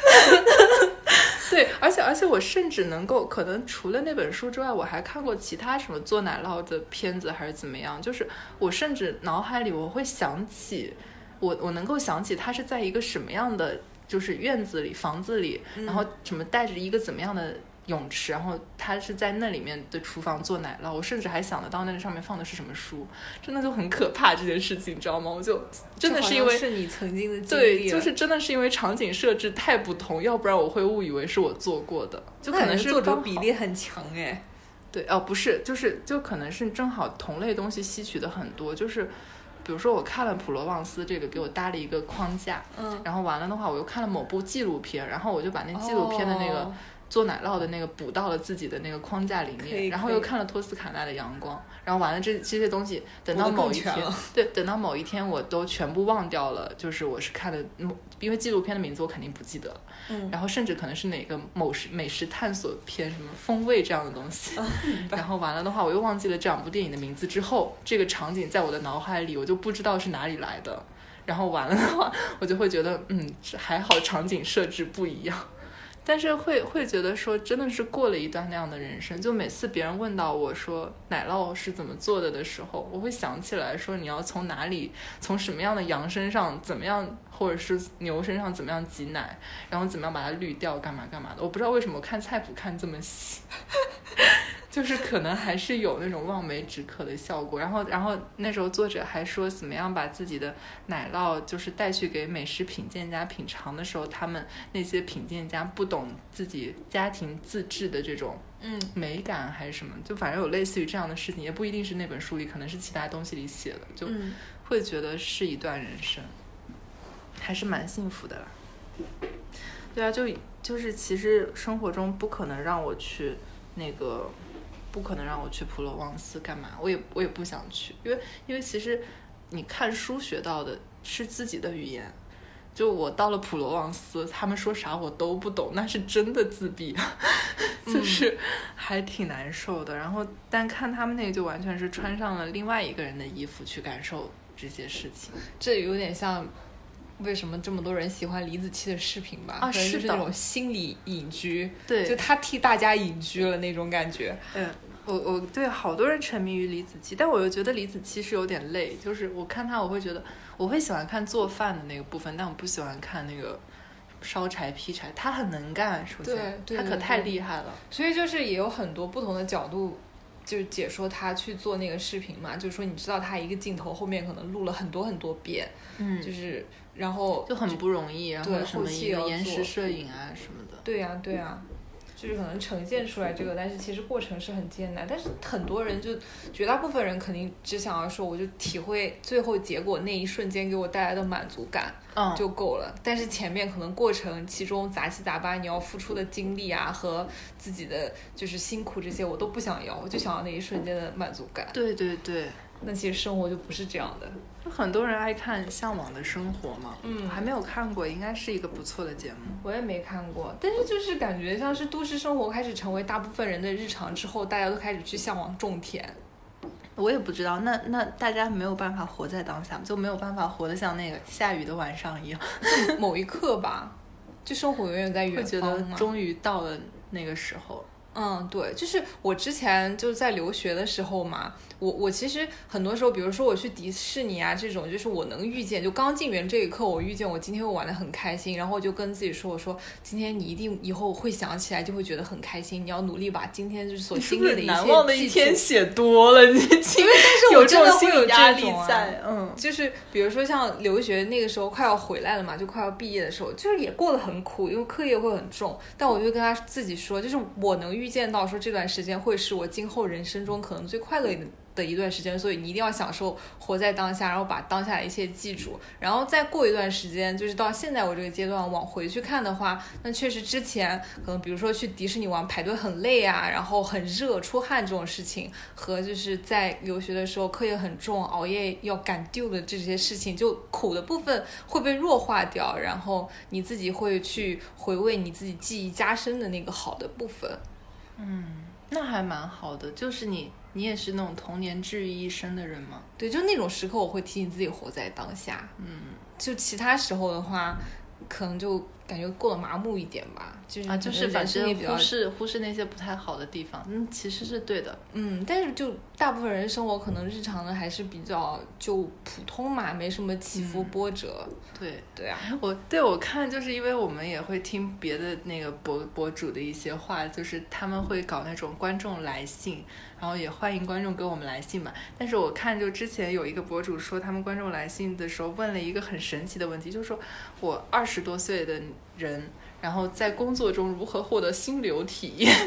对，而且而且我甚至能够可能除了那本书之外，我还看过其他什么做奶酪的片子还是怎么样，就是我甚至脑海里我会想起我我能够想起他是在一个什么样的就是院子里房子里，然后什么带着一个怎么样的泳池，然后他是在那里面的厨房做奶酪，我甚至还想得到那个上面放的是什么书，真的就很可怕这件事情，你知道吗？我就真的是因为是你曾经的经历，对，就是真的是因为场景设置太不同，要不然我会误以为是我做过的，就可能是作者比例很强哎。 对哦，不是，就是就可能是正好同类东西吸取的很多，就是比如说我看了普罗旺斯这个给我搭了一个框架， 嗯， 然后完了的话我又看了某部纪录片，然后我就把那纪录片的那个、 哦、 做奶酪的那个补到了自己的那个框架里面，然后又看了托斯卡纳的阳光，然后完了这这些东西等到某一天，对，等到某一天我都全部忘掉了，就是我是看的，因为纪录片的名字我肯定不记得了， 嗯， 然后甚至可能是哪个某食美食探索片什么风味这样的东西， 嗯、 然后完了的话我又忘记了这两部电影的名字之后，这个场景在我的脑海里我就不知道是哪里来的，然后完了的话我就会觉得嗯还好场景设置不一样。但是会会觉得说真的是过了一段那样的人生，就每次别人问到我说奶酪是怎么做的的时候，我会想起来说你要从哪里，从什么样的羊身上怎么样，或者是牛身上怎么样挤奶，然后怎么样把它滤掉干嘛干嘛的。我不知道为什么看菜谱看这么细就是可能还是有那种望梅止渴的效果。然后然后那时候作者还说怎么样把自己的奶酪就是带去给美食品鉴家品尝的时候，他们那些品鉴家不懂自己家庭自制的这种嗯美感还是什么，就反正有类似于这样的事情，也不一定是那本书里，可能是其他东西里写的，就会觉得是一段人生，还是蛮幸福的啦。对啊，就就是其实生活中不可能让我去那个不可能让我去普罗旺斯干嘛，我也我也不想去，因为因为其实你看书学到的是自己的语言，就我到了普罗旺斯他们说啥我都不懂，那是真的自闭就是还挺难受的。然后但看他们那个就完全是穿上了另外一个人的衣服去感受这些事情， 这有点像为什么这么多人喜欢李子柒的视频吧？ 啊，是就是那种心理隐居， 对， 就他替大家隐居了那种感觉。 嗯，我我对好多人沉迷于李子柒，但我又觉得李子柒是有点累，就是我看他我会觉得我会喜欢看做饭的那个部分，但我不喜欢看那个烧柴劈柴，他很能干，首先对，对他可太厉害了， 所以就是也有很多不同的角度。就是解说他去做那个视频嘛，就是说你知道他一个镜头后面可能录了很多很多遍，嗯，就是然后就很不容易，然后什么一个延时摄影啊什么的， 对呀、啊、对呀、啊，就是可能呈现出来这个，但是其实过程是很艰难，但是很多人就绝大部分人肯定只想要说我就体会最后结果那一瞬间给我带来的满足感就够了、嗯、但是前面可能过程其中杂七杂八你要付出的精力啊和自己的就是辛苦这些我都不想要，我就想要那一瞬间的满足感。 对对对， 那其实生活就不是这样的。 很多人爱看《向往的生活》嘛，嗯，还没有看过，应该是一个不错的节目。 我也没看过，但是就是感觉像是都市生活开始成为大部分人的日常之后，大家都开始去向往种田。 我也不知道，那那大家没有办法活在当下，就没有办法活得像那个下雨的晚上一样， 某一刻吧，就生活永远在远方嘛， 会觉得终于到了那个时候。 嗯，对，就是我之前就在留学的时候嘛，我我其实很多时候，比如说我去迪士尼啊这种，就是我能预见，就刚进园这一刻，我预见我今天会玩得很开心，然后我就跟自己说，我说今天你一定以后会想起来，就会觉得很开心，你要努力把今天就是所经历的一切难忘的一天写多了，你因为但是我真的会有压力在，嗯，就是比如说像留学那个时候快要回来了嘛，就快要毕业的时候，就是也过得很苦，因为课业会很重，但我就跟他自己说，就是我能预见到说这段时间会是我今后人生中可能最快乐的的一段时间，所以你一定要享受活在当下，然后把当下的一切记住，然后再过一段时间，就是到现在我这个阶段往回去看的话，那确实之前可能比如说去迪士尼玩排队很累啊，然后很热出汗这种事情，和就是在留学的时候课业很重熬夜要赶 due 的这些事情，就苦的部分会被弱化掉，然后你自己会去回味你自己记忆加深的那个好的部分。 嗯，那还蛮好的，就是你你也是那种童年治愈一生的人吗？ 对，就那种时刻我会提醒自己活在当下，嗯，就其他时候的话可能就感觉过得麻木一点吧，就是啊，就是反正忽视忽视那些不太好的地方，嗯，其实是对的， 嗯，但是就大部分人生活可能日常的还是比较就普通嘛，没什么起伏波折， 嗯、对对啊， 我对我看就是因为我们也会听别的那个博博主的一些话，就是他们会搞那种观众来信，然后也欢迎观众给我们来信嘛。但是我看就之前有一个博主说，他们观众来信的时候问了一个很神奇的问题，就是说我二十多岁的人，然后在工作中如何获得心流体验？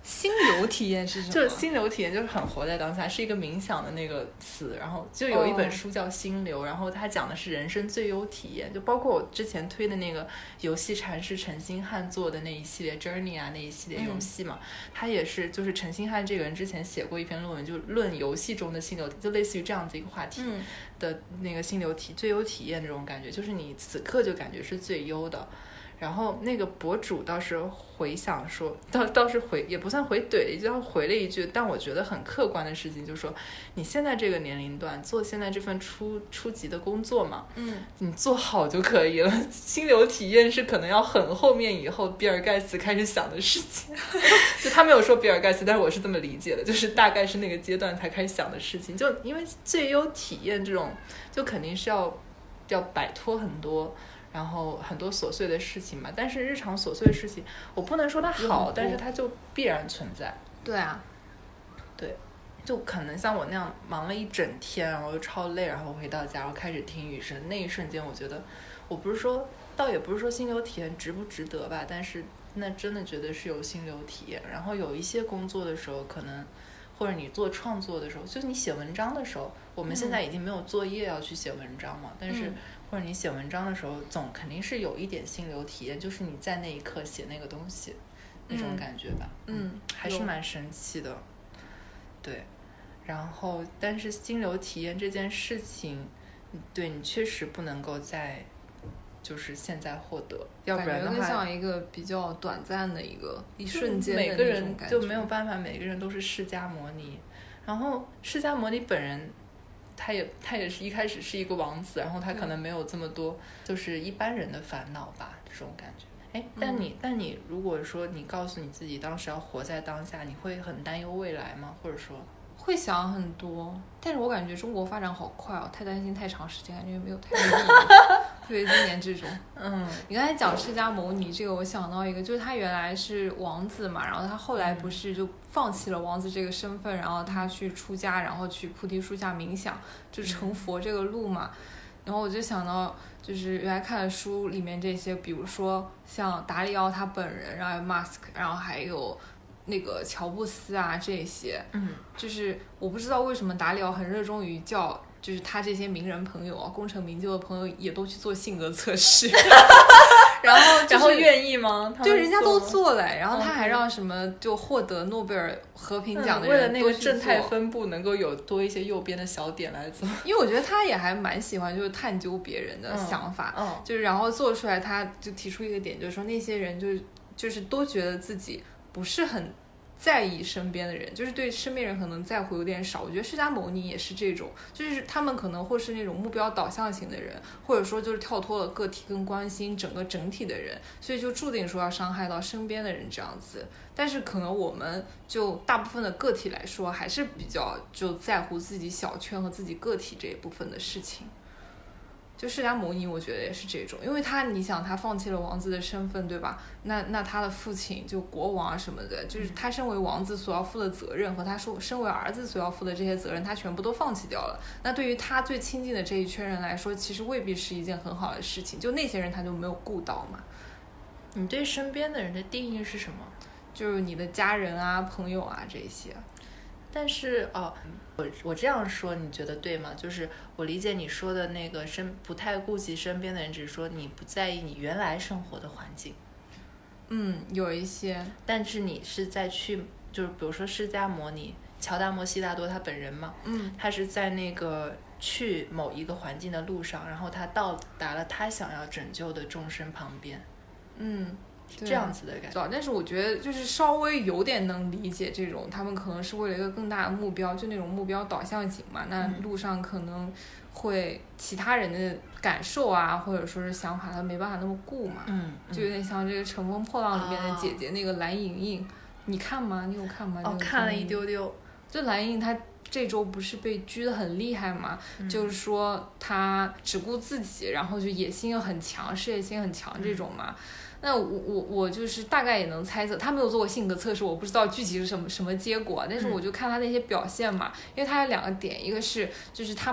心流体验是什么？ 就是心流体验，就是很活在当下，是一个冥想的那个词。然后就有一本书叫《心流》， oh. 然后它讲的是人生最优体验，就包括我之前推的那个游戏禅师陈星汉做的那一系列 Journey 啊那一系列游戏嘛，他、嗯、也是就是陈星汉这个人之前写过一篇论文，就论游戏中的心流，就类似于这样子一个话题的那个心流体、嗯、最优体验这种感觉，就是你此刻就感觉是最优的。然后那个博主倒是回想说，倒倒是回也不算回怼，就回了一句，但我觉得很客观的事情，就是说你现在这个年龄段做现在这份初初级的工作嘛，嗯，你做好就可以了。心流体验是可能要很后面以后比尔盖茨开始想的事情，就他没有说比尔盖茨，但是我是这么理解的，就是大概是那个阶段才开始想的事情。就因为最优体验这种，就肯定是要要摆脱很多。然后很多琐碎的事情嘛，但是日常琐碎的事情，我不能说它好，但是它就必然存在。 对啊， 对，就可能像我那样忙了一整天，然后又超累，然后回到家，然后开始听雨声，那一瞬间，我觉得，我不是说，倒也不是说心流体验值不值得吧，但是那真的觉得是有心流体验。然后有一些工作的时候，可能或者你做创作的时候，就是你写文章的时候，我们现在已经没有作业要去写文章嘛，嗯、但是。或者你写文章的时候总肯定是有一点心流体验，就是你在那一刻写那个东西那种感觉吧， 嗯， 嗯还是蛮神奇的。对，然后但是心流体验这件事情，对你确实不能够在就是现在获得，要不然的话感觉像一个比较短暂的一个一瞬间的每个人就没有办法，每个人都是释迦摩尼，然后释迦摩尼本人他也他也是一开始是一个王子，然后他可能没有这么多就是一般人的烦恼吧，这种感觉。哎，但你、嗯、但你如果说你告诉你自己当时要活在当下，你会很担忧未来吗？或者说会想很多，但是我感觉中国发展好快哦，太担心太长时间感觉没有太有意义。特别今年这种， 嗯， 你刚才讲释迦牟尼这个，我想到一个，就是他原来是王子嘛，然后他后来不是就放弃了王子这个身份，然后他去出家，然后去菩提树下冥想，就成佛这个路嘛。然后我就想到，就是原来看的书里面这些，比如说像达里奥他本人，然后 Musk， 然后还有那个乔布斯啊这些， 嗯， 就是我不知道为什么达里奥很热衷于叫。就是他这些名人朋友啊，功成名就的朋友也都去做性格测试，然后、就是、 然后愿意吗？ 对，人家都做了，然后他还让什么就获得诺贝尔和平奖的人、嗯、 为了那个正态分布能够有多一些右边的小点来做， 因为我觉得他也还蛮喜欢就是探究别人的想法， 嗯，嗯就是然后做出来，他就提出一个点，就是说那些人就是就是都觉得自己不是很。在意身边的人，就是对身边人可能在乎有点少。我觉得释迦牟尼也是这种，就是他们可能会是那种目标导向型的人，或者说就是跳脱了个体跟关心整个整体的人，所以就注定说要伤害到身边的人这样子。但是可能我们就大部分的个体来说，还是比较就在乎自己小圈和自己个体这一部分的事情。就释迦牟尼我觉得也是这种，因为他你想他放弃了王子的身份对吧，那那他的父亲就国王啊什么的，就是他身为王子所要负的责任和他说身为儿子所要负的这些责任他全部都放弃掉了，那对于他最亲近的这一圈人来说其实未必是一件很好的事情，就那些人他就没有顾到嘛。 你对身边的人的定义是什么？ 就是你的家人啊朋友啊这些。 但是哦，我我这样说你觉得对吗？就是我理解你说的那个身不太顾及身边的人，只是说你不在意你原来生活的环境。 嗯，有一些， 但是你是在去，就是比如说释迦牟尼、乔达摩悉达多他本人嘛， 嗯， 他是在那个去某一个环境的路上，然后他到达了他想要拯救的众生旁边。 嗯。 这样子的感觉， 但是我觉得就是稍微有点能理解这种，他们可能是为了一个更大的目标，就那种目标导向型嘛。那路上可能会其他人的感受啊，或者说是想法，他没办法那么顾嘛。 嗯， 就有点像这个《乘风破浪》里面的姐姐、哦、那个蓝盈莹，你看吗？你有看吗？ 哦，看了一丢丢。 就蓝盈莹她这周不是被拘得很厉害嘛、嗯？就是说她只顾自己，然后就野心又很强，事业心很强这种嘛。嗯，那我我我就是大概也能猜测，他没有做过性格测试，我不知道具体是什么什么结果，但是我就看他那些表现嘛，因为他有两个点，一个是就是他们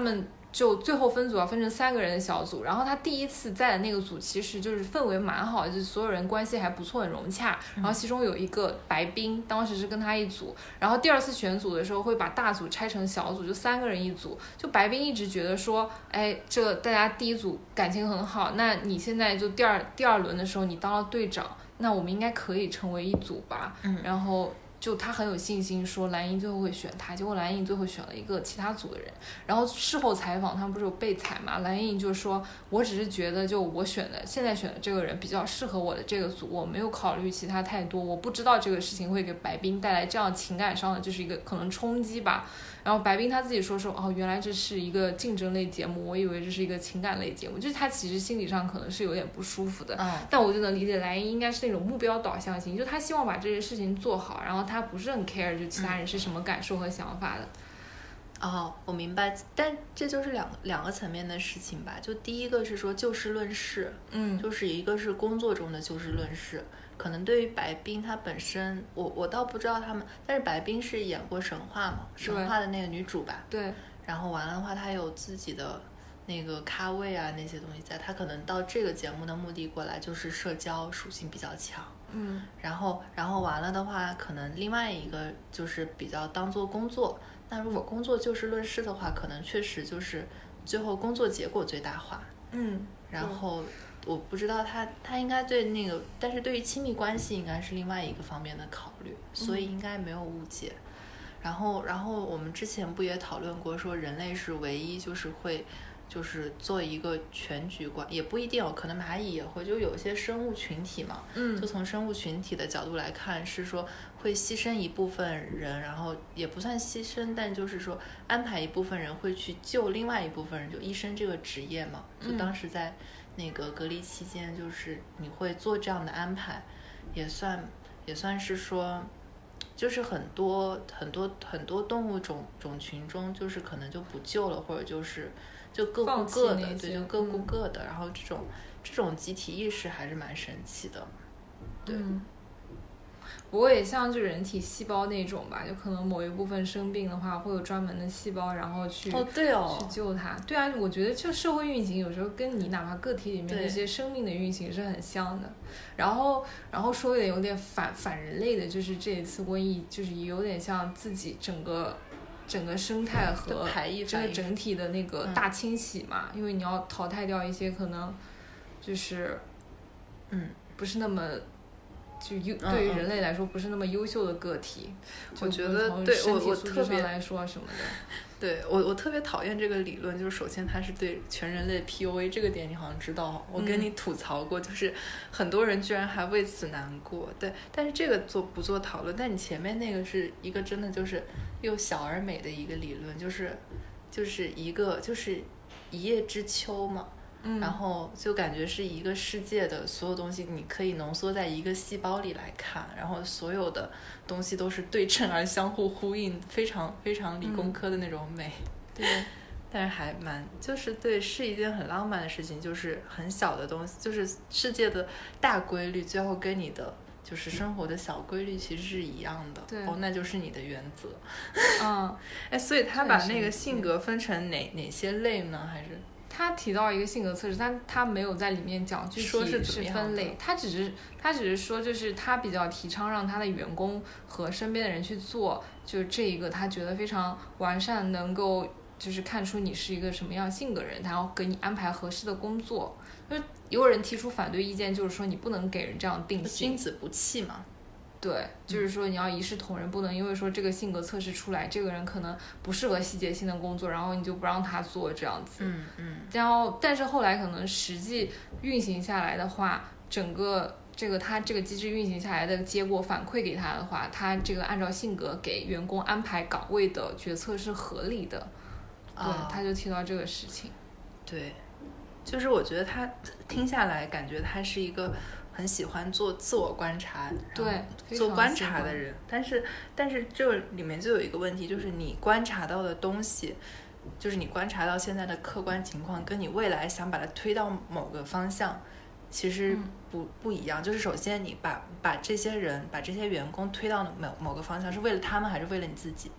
就最后分组要分成三个人的小组，然后他第一次在的那个组其实就是氛围蛮好，就是所有人关系还不错，很融洽。然后其中有一个白冰，当时是跟他一组，然后第二次选组的时候会把大组拆成小组，就三个人一组。就白冰一直觉得说，哎，这大家第一组感情很好，那你现在就第二第二轮的时候你当了队长，那我们应该可以成为一组吧？嗯，然后。就他很有信心说蓝莹最后会选他，结果蓝莹最后选了一个其他组的人。然后事后采访他们不是有被采嘛，蓝莹就说我只是觉得就我选的现在选的这个人比较适合我的这个组，我没有考虑其他太多，我不知道这个事情会给白冰带来这样情感上的就是一个可能冲击吧。然后白冰他自己说说哦，原来这是一个竞争类节目，我以为这是一个情感类节目，就是他其实心理上可能是有点不舒服的。嗯，但我就能理解蓝莹应该是那种目标导向型，就他希望把这些事情做好，然后他不是很 care 就其他人是什么感受和想法的。 嗯、哦，我明白，但这就是两两个层面的事情吧。就第一个是说就事论事，嗯，就是一个是工作中的就事论事。可能对于白冰她本身，我我倒不知道他们，但是白冰是演过神话嘛，神话的那个女主吧， 对。 然后完了的话，她有自己的那个咖位啊那些东西在，她可能到这个节目的目的过来就是社交属性比较强，嗯，然后然后完了的话，可能另外一个就是比较当做工作。那如果工作就事论事的话，可能确实就是最后工作结果最大化，嗯，然后。我不知道他他应该对那个，但是对于亲密关系应该是另外一个方面的考虑，所以应该没有误解。嗯、然后然后我们之前不也讨论过，说人类是唯一就是会就是做一个全局观，也不一定哦，可能蚂蚁也会，就有些生物群体嘛，嗯，就从生物群体的角度来看，是说会牺牲一部分人，然后也不算牺牲，但就是说安排一部分人会去救另外一部分人，就医生这个职业嘛，就当时在。那个隔离期间，就是你会做这样的安排，也算也算是说，就是很多很多很多动物种种群中，就是可能就不救了，或者就是就各顾各的，对，就各顾各的。嗯、然后这种这种集体意识还是蛮神奇的，对。嗯不过也像就人体细胞那种吧，就可能某一部分生病的话，会有专门的细胞，然后去哦对哦去救它。对啊，我觉得就社会运行有时候跟你哪怕个体里面这些生命的运行是很像的。然后然后说的有点反反人类的，就是这一次瘟疫，就是有点像自己整个整个生态和这个整体的那个大清洗嘛，嗯、因为你要淘汰掉一些可能就是嗯不是那么。就优对于人类来说不是那么优秀的个体， 我觉得对我我特别来说什么的， 对我我特别讨厌这个理论，就是首先它是对全人类 P U A 这个点，你好像知道，我跟你吐槽过，嗯、就是很多人居然还为此难过，对，但是这个做不做讨论，但你前面那个是一个真的就是又小而美的一个理论，就是就是一个就是一叶知秋嘛。嗯、然后就感觉是一个世界的所有东西，你可以浓缩在一个细胞里来看，然后所有的东西都是对称而相互呼应，非常非常理工科的那种美。嗯、对，但是还蛮就是对，是一件很浪漫的事情，就是很小的东西，就是世界的大规律，最后跟你的就是生活的小规律其实是一样的。 对， 哦，那就是你的原则。 嗯， 哎，所以他把那个性格分成哪哪些类呢？还是？ 他提到一个性格测试，但他没有在里面讲具体是分类，他只是他只是说，就是他比较提倡让他的员工和身边的人去做，就这一个他觉得非常完善，能够就是看出你是一个什么样性格人，然后给你安排合适的工作。就是有人提出反对意见，就是说你不能给人这样定性， 君子不器嘛。 对，就是说你要一视同仁，不能因为说这个性格测试出来，这个人可能不适合细节性的工作，然后你就不让他做这样子。 嗯嗯。 然后，但是后来可能实际运行下来的话，整个这个他这个机制运行下来的结果反馈给他的话，他这个按照性格给员工安排岗位的决策是合理的。对，哦、他就提到这个事情。 对，就是我觉得他听下来感觉他是一个。很喜欢做自我观察， 对， 做观察的人，但是但是这里面就有一个问题，就是你观察到的东西，就是你观察到现在的客观情况，跟你未来想把它推到某个方向，其实不、嗯、不一样。就是首先你把把这些人，把这些员工推到某某个方向，是为了他们还是为了你自己？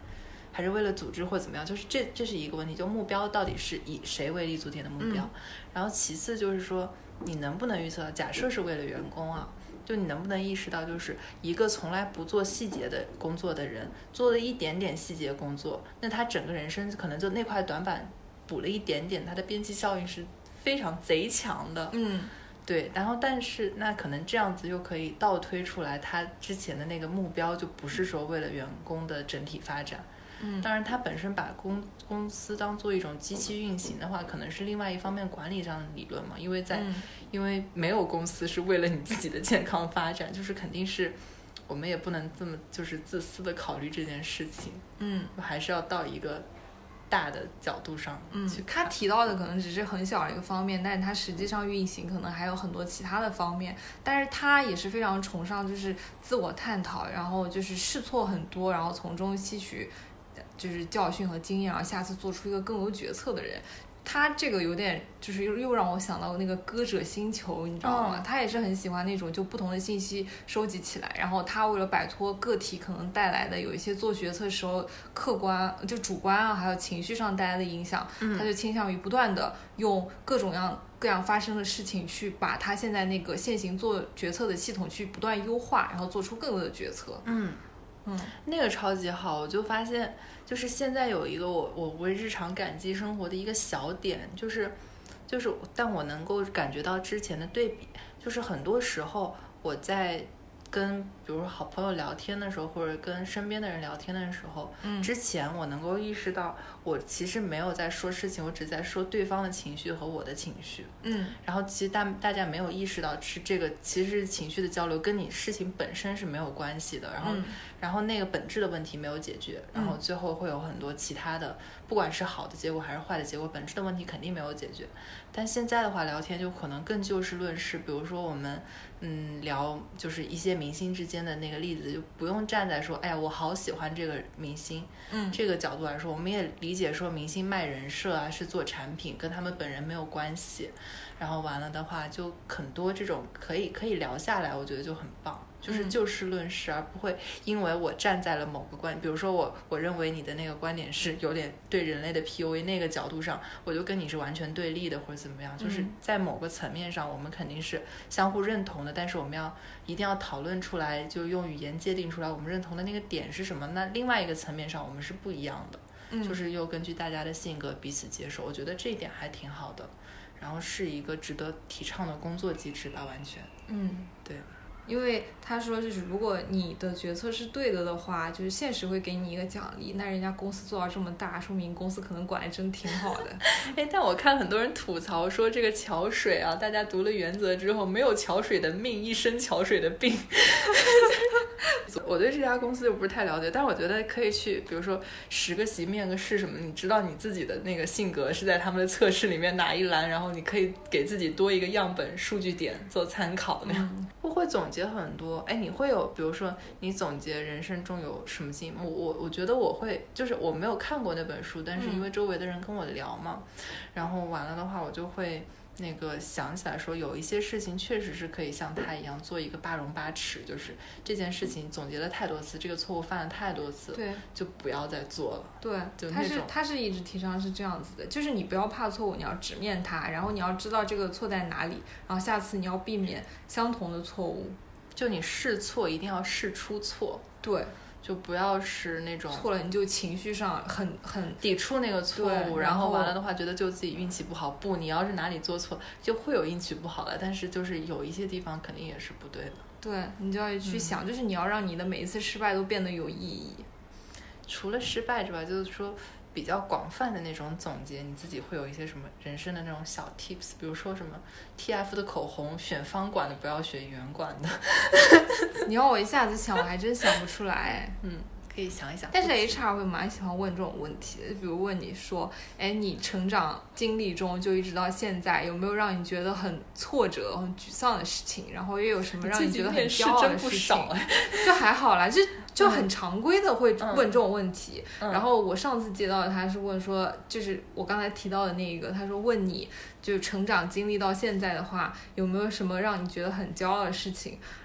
还是为了组织或怎么样，就是这这是一个问题，就目标到底是以谁为立足点的目标、嗯、然后其次就是说你能不能预测到，假设是为了员工啊，就你能不能意识到，就是一个从来不做细节的工作的人做了一点点细节工作，那他整个人生可能就那块短板补了一点点，他的边际效应是非常贼强的。 嗯， 对，然后但是那可能这样子又可以倒推出来，他之前的那个目标就不是说为了员工的整体发展。 嗯， 当然他本身把公公司当做一种机器运行的话，可能是另外一方面管理上的理论嘛，因为在、嗯、因为没有公司是为了你自己的健康发展，就是肯定是我们也不能这么就是自私的考虑这件事情。 嗯， 还是要到一个大的角度上去看。 嗯，他提到的可能只是很小的一个方面，但是他实际上运行可能还有很多其他的方面，但是他也是非常崇尚就是自我探讨，然后就是试错很多，然后从中吸取就是教训和经验，然后下次做出一个更有决策的人。他这个有点就是又又让我想到那个歌者星球，你知道吗？嗯、他也是很喜欢那种就不同的信息收集起来，然后他为了摆脱个体可能带来的有一些做决策时候客观就主观啊还有情绪上带来的影响、嗯、他就倾向于不断的用各种样各样发生的事情去把他现在那个现行做决策的系统去不断优化，然后做出更多的决策。 嗯嗯，那个超级好。我就发现就是现在有一个我我为日常感激生活的一个小点，就是就是但我能够感觉到之前的对比，就是很多时候我在跟比如说好朋友聊天的时候，或者跟身边的人聊天的时候、嗯、之前我能够意识到我其实没有在说事情，我只在说对方的情绪和我的情绪。 嗯， 然后其实大大家没有意识到是这个其实情绪的交流跟你事情本身是没有关系的，然后、嗯、然后那个本质的问题没有解决，然后最后会有很多其他的、嗯、不管是好的结果还是坏的结果，本质的问题肯定没有解决。但现在的话聊天就可能更就事论事，比如说我们嗯聊就是一些明星之间的那个例子，就不用站在说哎呀我好喜欢这个明星嗯这个角度来说，我们也理解说明星卖人设啊是做产品，跟他们本人没有关系，然后完了的话就很多这种可以可以聊下来，我觉得就很棒，就是就事论事、嗯、而不会因为我站在了某个观，比如说我我认为你的那个观点是有点对人类的 P U A 那个角度上，我就跟你是完全对立的或者怎么样，就是在某个层面上我们肯定是相互认同的，但是我们要一定要讨论出来，就用语言界定出来我们认同的那个点是什么。那另外一个层面上我们是不一样的、嗯、就是又根据大家的性格彼此接受，我觉得这一点还挺好的，然后是一个值得提倡的工作机制吧，完全。 嗯， 对。 因为他说就是如果你的决策是对的的话，就是现实会给你一个奖励，那人家公司做到这么大，说明公司可能管得真挺好的。 哎，但我看很多人吐槽说这个桥水啊，大家读了原则之后，没有桥水的命，一身桥水的病。我对这家公司就不是太了解，但是我觉得可以去比如说十个席面个试什么，你知道你自己的那个性格是在他们的测试里面哪一栏，然后你可以给自己多一个样本数据点做参考那样、嗯、我会总结很多。哎，你会有比如说你总结人生中有什么经历，我我我觉得我会就是我没有看过那本书，但是因为周围的人跟我聊嘛、嗯、然后完了的话我就会那个想起来说有一些事情确实是可以像他一样做一个八荣八耻，就是这件事情总结了太多次，这个错误犯了太多次， 对，就不要再做了。 对， 就那种他是他是一直提倡是这样子的，就是你不要怕错误，你要直面它，然后你要知道这个错在哪里，然后下次你要避免相同的错误。 就你试错一定要试出错， 对， 就不要是那种错了你就情绪上很很抵触那个错误， 然后完了的话觉得就自己运气不好。不，你要是哪里做错就会有运气不好的，但是就是有一些地方肯定也是不对的。 对，你就要去想、嗯、就是你要让你的每一次失败都变得有意义。 除了失败之外，就是说比较广泛的那种总结，你自己会有一些什么人生的那种小 tips， 比如说什么 T F 的口红选方管的不要选圆管的。 你要我一下子想我还真想不出来。 嗯，可以想一想。 但是 H R 会蛮喜欢问这种问题的，比如问你说哎，你成长经历中就一直到现在有没有让你觉得很挫折很沮丧的事情，然后又有什么让你觉得很骄傲的事情。就还好啦，就就很常规的会问这种问题、嗯嗯、然后我上次接到的他是问说，就是我刚才提到的那个，他说问你就成长经历到现在的话有没有什么让你觉得很骄傲的事情，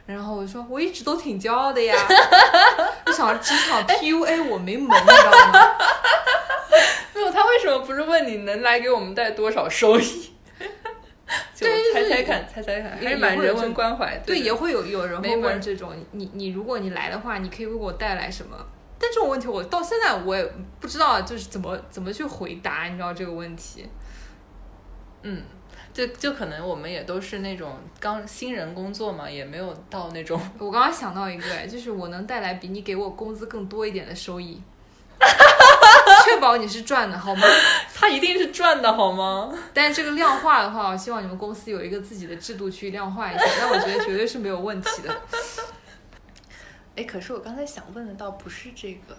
然后我说我一直都挺骄傲的呀，我想着职场 P U A 我没门，你知道吗？ 没有，他为什么不是问你能来给我们带多少收益？就猜猜看，猜猜看，还是蛮人文关怀。 对，也会有有人会没门问这种，你你如果你来的话，你可以为我带来什么？但这种问题我到现在我也不知道，就是怎么怎么去回答，你知道这个问题？ 嗯。就就可能我们也都是那种刚新人工作嘛，也没有到那种。 我刚刚想到一个，哎，就是我能带来比你给我工资更多一点的收益，确保你是赚的，好吗？ 他一定是赚的，好吗？ 但是这个量化的话，我希望你们公司有一个自己的制度去量化一下，但我觉得绝对是没有问题的。 哎，可是我刚才想问的倒不是这个。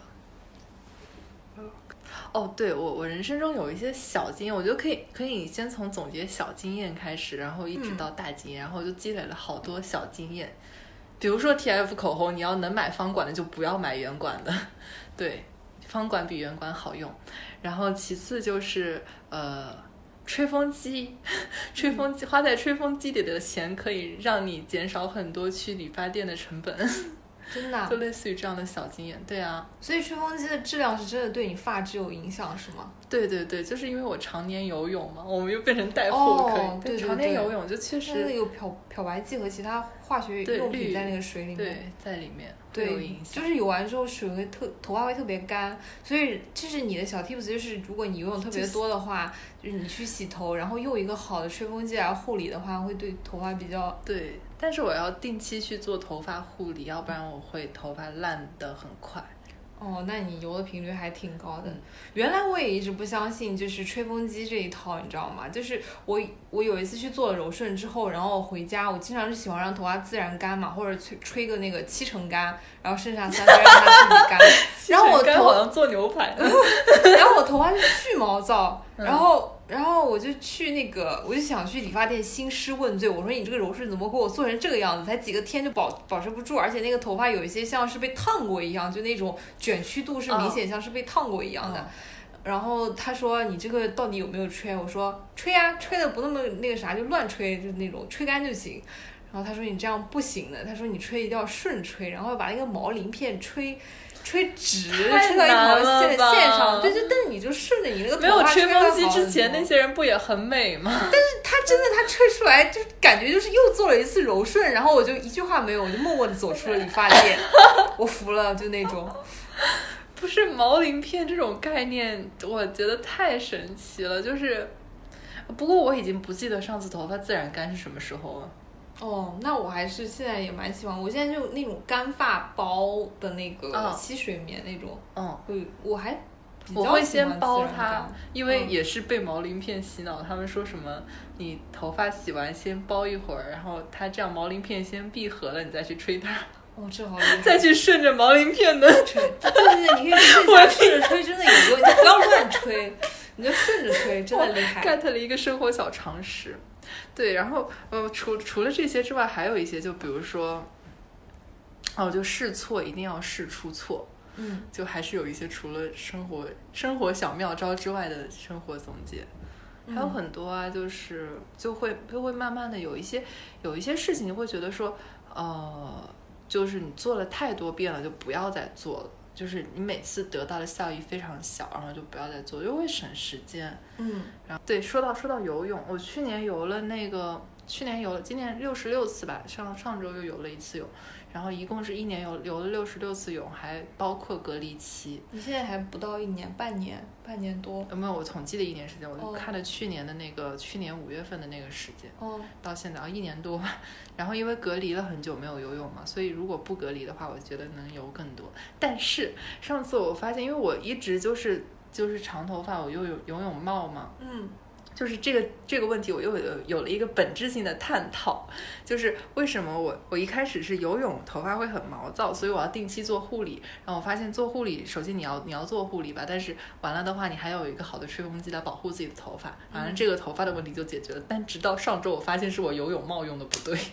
哦，对，我我人生中有一些小经验，我觉得可以可以先从总结小经验开始，然后一直到大经验，嗯、然后就积累了好多小经验。比如说 T F 口红，你要能买方管的就不要买圆管的，对，方管比圆管好用。然后其次就是呃吹风机，吹风机花在吹风机里的钱可以让你减少很多去理发店的成本。 真的、啊， 就类似于这样的小经验，对啊。 所以吹风机的质量是真的对你发质有影响，是吗？ 对对对，就是因为我常年游泳嘛，我们又变成带货可以， 哦、对对对， 常年游泳就确实那个有漂漂白剂和其他化学用品在那个水里面， 对，在里面对， 有影响。 就是游完之后水会特头发会特别干，所以这是你的小 tips， 就是如果你游泳特别多的话，就是你去洗头，然后用一个好的吹风机来护理的话，会对头发比较对。但是我要定期去做头发护理，要不然我会头发烂得很快。 哦，那你游的频率还挺高的。 嗯、 原来我也一直不相信，就是吹风机这一套，你知道吗？就是我我有一次去做了柔顺之后，然后我回家，我经常是喜欢让头发自然干嘛，或者吹吹个那个七成干，然后剩下三分让它自己干。然后我头好像做牛排， 然后我头发就巨毛躁，然后。然后我就去那个，我就想去理发店兴师问罪。我说你这个柔顺怎么给我做成这个样子？才几个天就保保持不住，而且那个头发有一些像是被烫过一样，就那种卷曲度是明显像是被烫过一样的。Oh. 然后他说你这个到底有没有吹？我说吹啊，吹的不那么那个啥，就乱吹，就是那种吹干就行。然后他说你这样不行的，他说你吹一定要顺吹，然后把那个毛鳞片吹。吹直，吹到一条线线上，对，就但是你就顺着你那个头发。 没有吹风机之前那些人不也很美吗？ 但是他真的他吹出来就感觉就是又做了一次柔顺，然后我就一句话没有，我就默默的走出了理发店，我服了，就那种。 不是毛鳞片这种概念，我觉得太神奇了。就是，不过我已经不记得上次头发自然干是什么时候了。 哦，那我还是现在也蛮喜欢，我现在就那种干发包的那个吸水棉那种， 嗯， 嗯，我还比较我会先包它， 因为也是被毛鳞片洗脑，嗯、他们说什么你头发洗完先包一会儿，然后它这样毛鳞片先闭合了，你再去吹它。 哦，这好厉害！ 再去顺着毛鳞片的吹，对对对，你可以顺着顺着吹，真的有用，你就不要乱吹，你就顺着吹，真的厉害。 get 了一个生活小常识。对，然后呃，除除了这些之外，还有一些，就比如说，哦，就试错一定要试出错， 嗯， 就还是有一些除了生活生活小妙招之外的生活总结，还有很多啊，就是就会就会慢慢的有一些有一些事情，你会觉得说，呃，就是你做了太多遍了，就不要再做了。就是你每次得到的效益非常小，然后就不要再做，就会省时间。 嗯， 然后对，说到说到游泳，我去年游了那个，去年游了，今年六十六次吧，上上周又游了一次泳，然后一共是一年游游了六十六次泳，还包括隔离期。 你现在还不到一年，半年，半年多。 有没有？我统计了一年时间，我就看了去年的那个、哦、去年五月份的那个时间， 哦， 到现在啊一年多吧。然后因为隔离了很久没有游泳嘛，所以如果不隔离的话，我觉得能游更多。但是上次我发现，因为我一直就是就是长头发，我又有游泳帽嘛， 嗯。 就是这个这个问题，我又有有了一个本质性的探讨，就是为什么我我一开始是游泳头发会很毛躁，所以我要定期做护理。然后我发现做护理，首先你要你要做护理吧，但是完了的话，你还有一个好的吹风机来保护自己的头发，反正这个头发的问题就解决了。但直到上周，我发现是我游泳帽用的不对。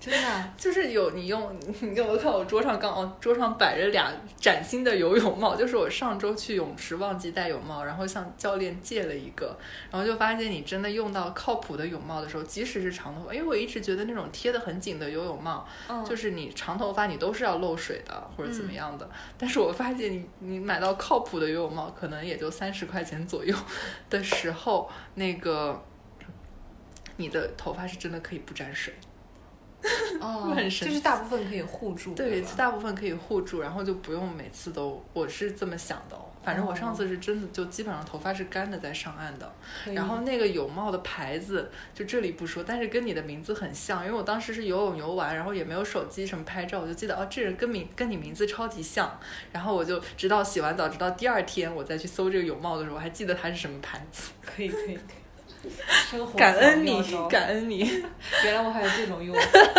真的、啊、 就是有你用你有没有看我桌上刚好桌上摆着俩崭新的游泳帽，就是我上周去泳池忘记戴泳帽，然后向教练借了一个，然后就发现你真的用到靠谱的泳帽的时候，即使是长头发，因为我一直觉得那种贴得很紧的游泳帽、嗯、就是你长头发你都是要漏水的或者怎么样的、嗯、但是我发现你你买到靠谱的游泳帽可能也就三十块钱左右的时候，那个你的头发是真的可以不沾水。 哦，就是大部分可以护住， 对，大部分可以护住，然后就不用每次都，我是这么想的哦。反正我上次是真的就基本上头发是干的在上岸的，然后那个泳帽的牌子就这里不说，但是跟你的名字很像，因为我当时是游泳游完，然后也没有手机什么拍照，我就记得哦，这人跟名跟你名字超级像，然后我就直到洗完澡，直到第二天我再去搜这个泳帽的时候，我还记得它是什么牌子。 可以可以可以。 感恩你，感恩你， 原来我还有这种用。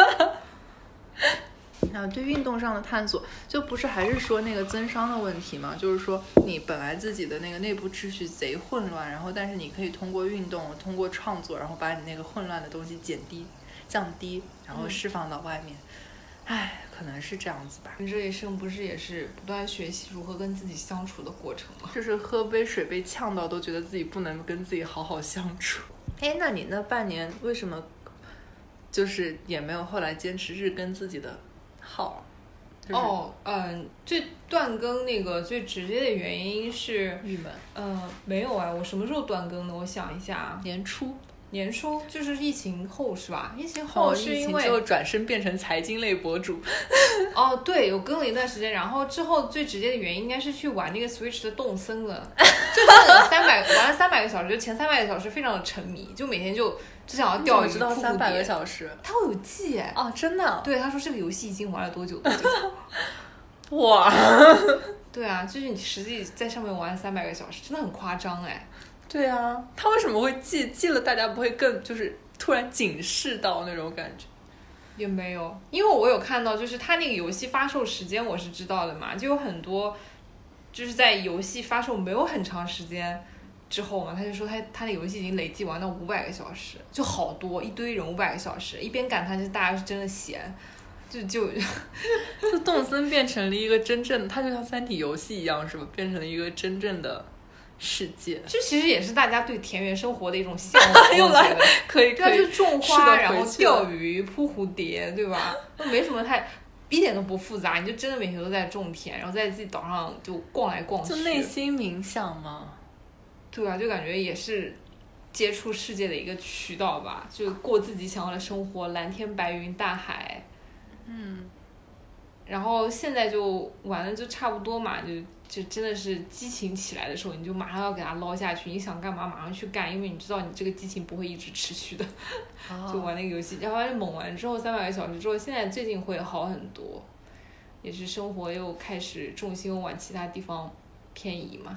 然后对运动上的探索，就不是还是说那个增伤的问题嘛？就是说你本来自己的那个内部秩序贼混乱，然后但是你可以通过运动，通过创作，然后把你那个混乱的东西减低、降低，然后释放到外面。唉、嗯，可能是这样子吧。 你这一生不是也是不断学习如何跟自己相处的过程吗？ 就是喝杯水被呛到，都觉得自己不能跟自己好好相处。哎，那你那半年为什么就是也没有后来坚持日更自己的号？就是、 哦，嗯，最断更那个最直接的原因是郁闷。 嗯，没有啊，我什么时候断更的？我想一下， 年初。 年初就是疫情后是吧？疫情后是因为、 哦、疫情之后转身变成财经类博主。 哦，对，有更了一段时间，然后之后最直接的原因应该是去玩那个 Switch 的动森了，就真的三百玩了三百个小时，就前三百个小时非常的沉迷，就每天就只想要钓鱼。 知道三百个小时？ 他会有记哎。 哦，真的？ 对，他说这个游戏已经玩了多久多久。 哇。 对啊，就是你实际在上面玩三百个小时，真的很夸张哎。 对啊，他为什么会记记了？大家不会更就是突然警示到那种感觉？ 也没有，因为我有看到，就是他那个游戏发售时间我是知道的嘛，就有很多就是在游戏发售没有很长时间之后嘛，他就说他他的游戏已经累计玩到五百个小时，就好多一堆人五百个小时，一边感叹就是大家是真的闲。就就就动森变成了一个真正的，它就像三体游戏一样，是吧？变成了一个真正的世界。 这其实也是大家对田园生活的一种向往。 又来，可以可以。 就种花，然后钓鱼、扑蝴蝶，对吧？都没什么太，一点都不复杂。你就真的每天都在种田，然后在自己岛上就逛来逛去。 就内心冥想吗？ 对啊，就感觉也是接触世界的一个渠道吧，就过自己想要的生活，蓝天白云大海。 嗯， 然后现在就玩的就差不多嘛，就就真的是激情起来的时候，你就马上要给它捞下去，你想干嘛马上去干，因为你知道你这个激情不会一直持续的。哦、就玩那个游戏，然后猛玩之后三百个小时之后，现在最近会好很多，也是生活又开始重心又往其他地方偏移嘛。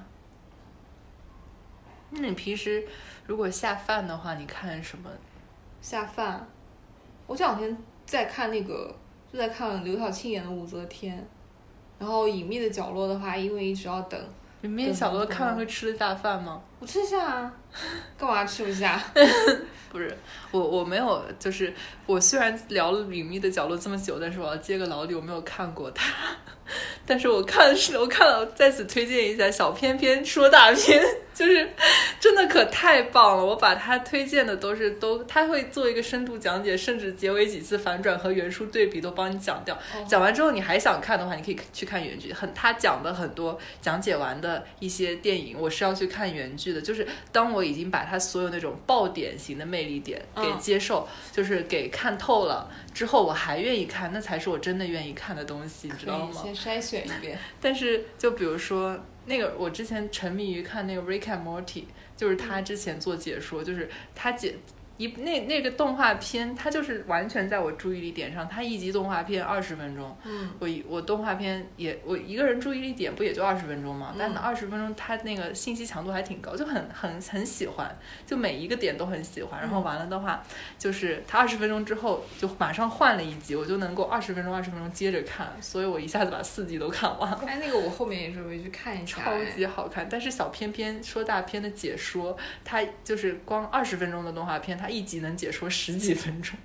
那你平时如果下饭的话，你看什么？ 下饭，我这两天在看那个。就在看刘晓庆演的武则天，然后隐秘的角落的话，因为一直要等。 隐秘的角落看完会吃得下饭吗？ 我吃得下啊，干嘛吃不下？ 不是我，我没有，就是我虽然聊了隐秘的角落这么久，但是我要接个老底，我没有看过它。但是我看是，我看了，在此推荐一下小偏偏说大片，就是真的可太棒了。我把它推荐的都是都，他会做一个深度讲解，甚至结尾几次反转和原书对比都帮你讲掉。哦、讲完之后你还想看的话，你可以去看原剧。很他讲的很多讲解完的一些电影，我是要去看原剧的。就是当我已经把他所有那种爆点型的魅力点给接受，嗯、就是给看透了之后，我还愿意看，那才是我真的愿意看的东西，你知道吗？ 先筛选一遍。 但是就比如说那个，我之前沉迷于看那个 Rick and Morty， 就是他之前做解说，就是他解一那那个动画片，它就是完全在我注意力点上。它一集动画片二十分钟， 嗯， 我我动画片也我一个人注意力点不也就二十分钟嘛？ 嗯、 但那二十分钟它那个信息强度还挺高，就很很很喜欢，就每一个点都很喜欢。然后完了的话，嗯、就是它二十分钟之后就马上换了一集，我就能够二十分钟二十分钟接着看，所以我一下子把四集都看完了。 哎，那个我后面也准备去看一下， 超级好看。但是小偏偏说大片的解说，它就是光二十分钟的动画片，它一集能解说十几分钟，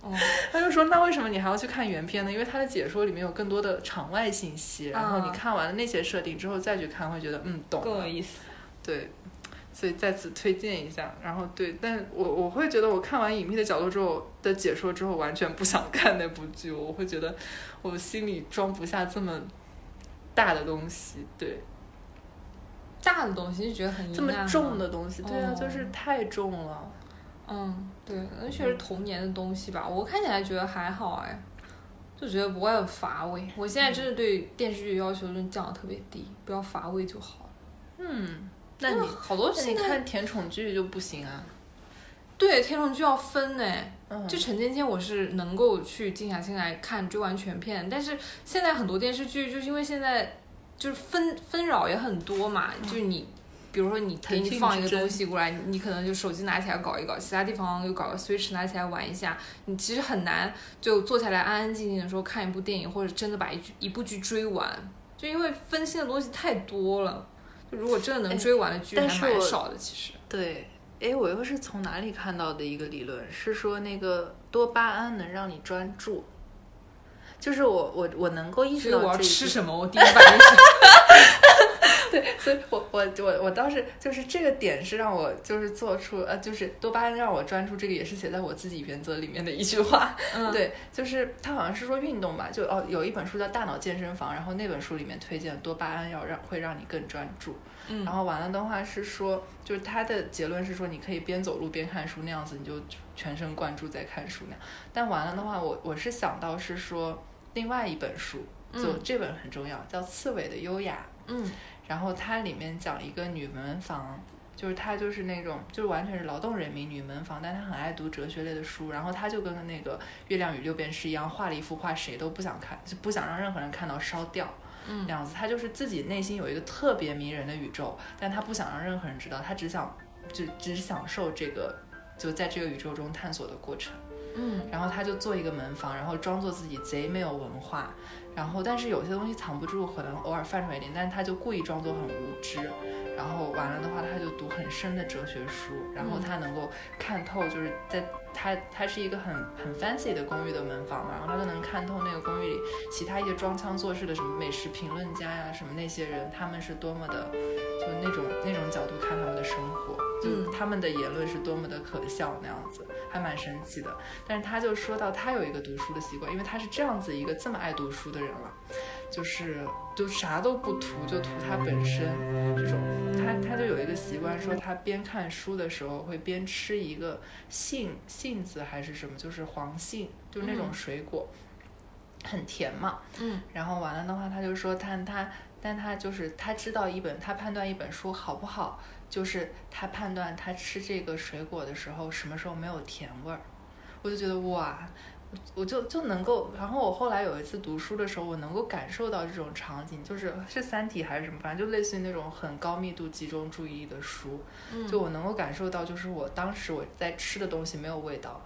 哦， 他就说那为什么你还要去看原片呢？因为他的解说里面有更多的场外信息，然后你看完了那些设定之后再去看，会觉得嗯懂了， 更有意思。 对，所以在此推荐一下。然后对，但我我会觉得我看完《隐秘的角落》之后的解说之后，完全不想看那部剧，我会觉得我心里装不下这么大的东西，对。 大的东西就觉得很这么重的东西，对啊，哦、就是太重了。 嗯，对，那确实童年的东西吧，我看起来觉得还好哎，就觉得不会很乏味。我现在真的对电视剧要求真的降得特别低，不要乏味就好。 嗯，那你好多那你看甜宠剧就不行啊？ 对，甜宠剧要分哎。嗯、就陈芊芊我是能够去静下心来看追完全片，但是现在很多电视剧就是因为现在就是纷纷扰也很多嘛，嗯、就是你比如说你给你放一个东西过来，你可能就手机拿起来搞一搞，其他地方又搞个 Switch 拿起来玩一下，你其实很难就坐下来安安静静的说看一部电影，或者真的把一剧一部剧追完，就因为分心的东西太多了。就如果真的能追完的剧还蛮少的，其实。 对。哎，我又是从哪里看到的一个理论，是说那个多巴胺能让你专注，就是我我我能够意识到这一。 我要吃什么？我第一反应是。 对，所以我我我我当时就是这个点是让我就是做出呃，就是多巴胺让我专注，这个也是写在我自己原则里面的一句话。嗯，对，就是他好像是说运动吧，就哦有一本书叫《大脑健身房》，然后那本书里面推荐多巴胺要让会让你更专注。嗯，然后完了的话是说，就是他的结论是说，你可以边走路边看书，那样子你就全神贯注在看书那样。但完了的话，我我是想到是说另外一本书，就这本很重要，叫《刺猬的优雅》。嗯，然后它里面讲一个女门房，就是她就是那种就是完全是劳动人民女门房，但她很爱读哲学类的书，然后她就跟那个《月亮与六便士》一样，画了一幅画，谁都不想看，就不想让任何人看到烧掉。嗯，那样子，他就是自己内心有一个特别迷人的宇宙，但他不想让任何人知道，他只想就只享受这个就在这个宇宙中探索的过程。嗯，然后他就做一个门房，然后装作自己贼没有文化，然后但是有些东西藏不住，可能偶尔泛出来一点，但是他就故意装作很无知，然后完了的话，他就读很深的哲学书，然后他能够看透，就是在他他是一个很很 fancy 的公寓的门房嘛，然后他就能看透那个公寓里其他一些装腔作势的什么美食评论家呀，什么那些人，他们是多么的就那种那种角度看他们的生活，就他们的言论是多么的可笑那样子，还蛮神奇的。但是他就说到他有一个读书的习惯，因为他是这样子一个这么爱读书的人了，就是就啥都不图，就图他本身这种，他他就有一个习惯，说他边看书的时候会边吃一个杏杏子还是什么，就是黄杏，就是那种水果，嗯、很甜嘛。嗯。然后完了的话，他就说他他，但他就是他知道一本，他判断一本书好不好，就是他判断他吃这个水果的时候什么时候没有甜味儿。我就觉得哇。我就就能够，然后我后来有一次读书的时候，我能够感受到这种场景，就是是三体还是什么，反正就类似于那种很高密度集中注意力的书，嗯、就我能够感受到，就是我当时我在吃的东西没有味道。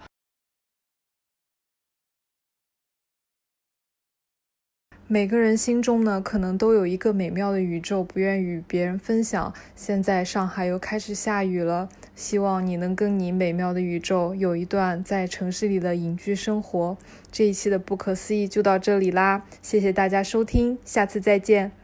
每个人心中呢，可能都有一个美妙的宇宙，不愿与别人分享。现在上海又开始下雨了，希望你能跟你美妙的宇宙有一段在城市里的隐居生活。这一期的不可思议就到这里啦，谢谢大家收听，下次再见。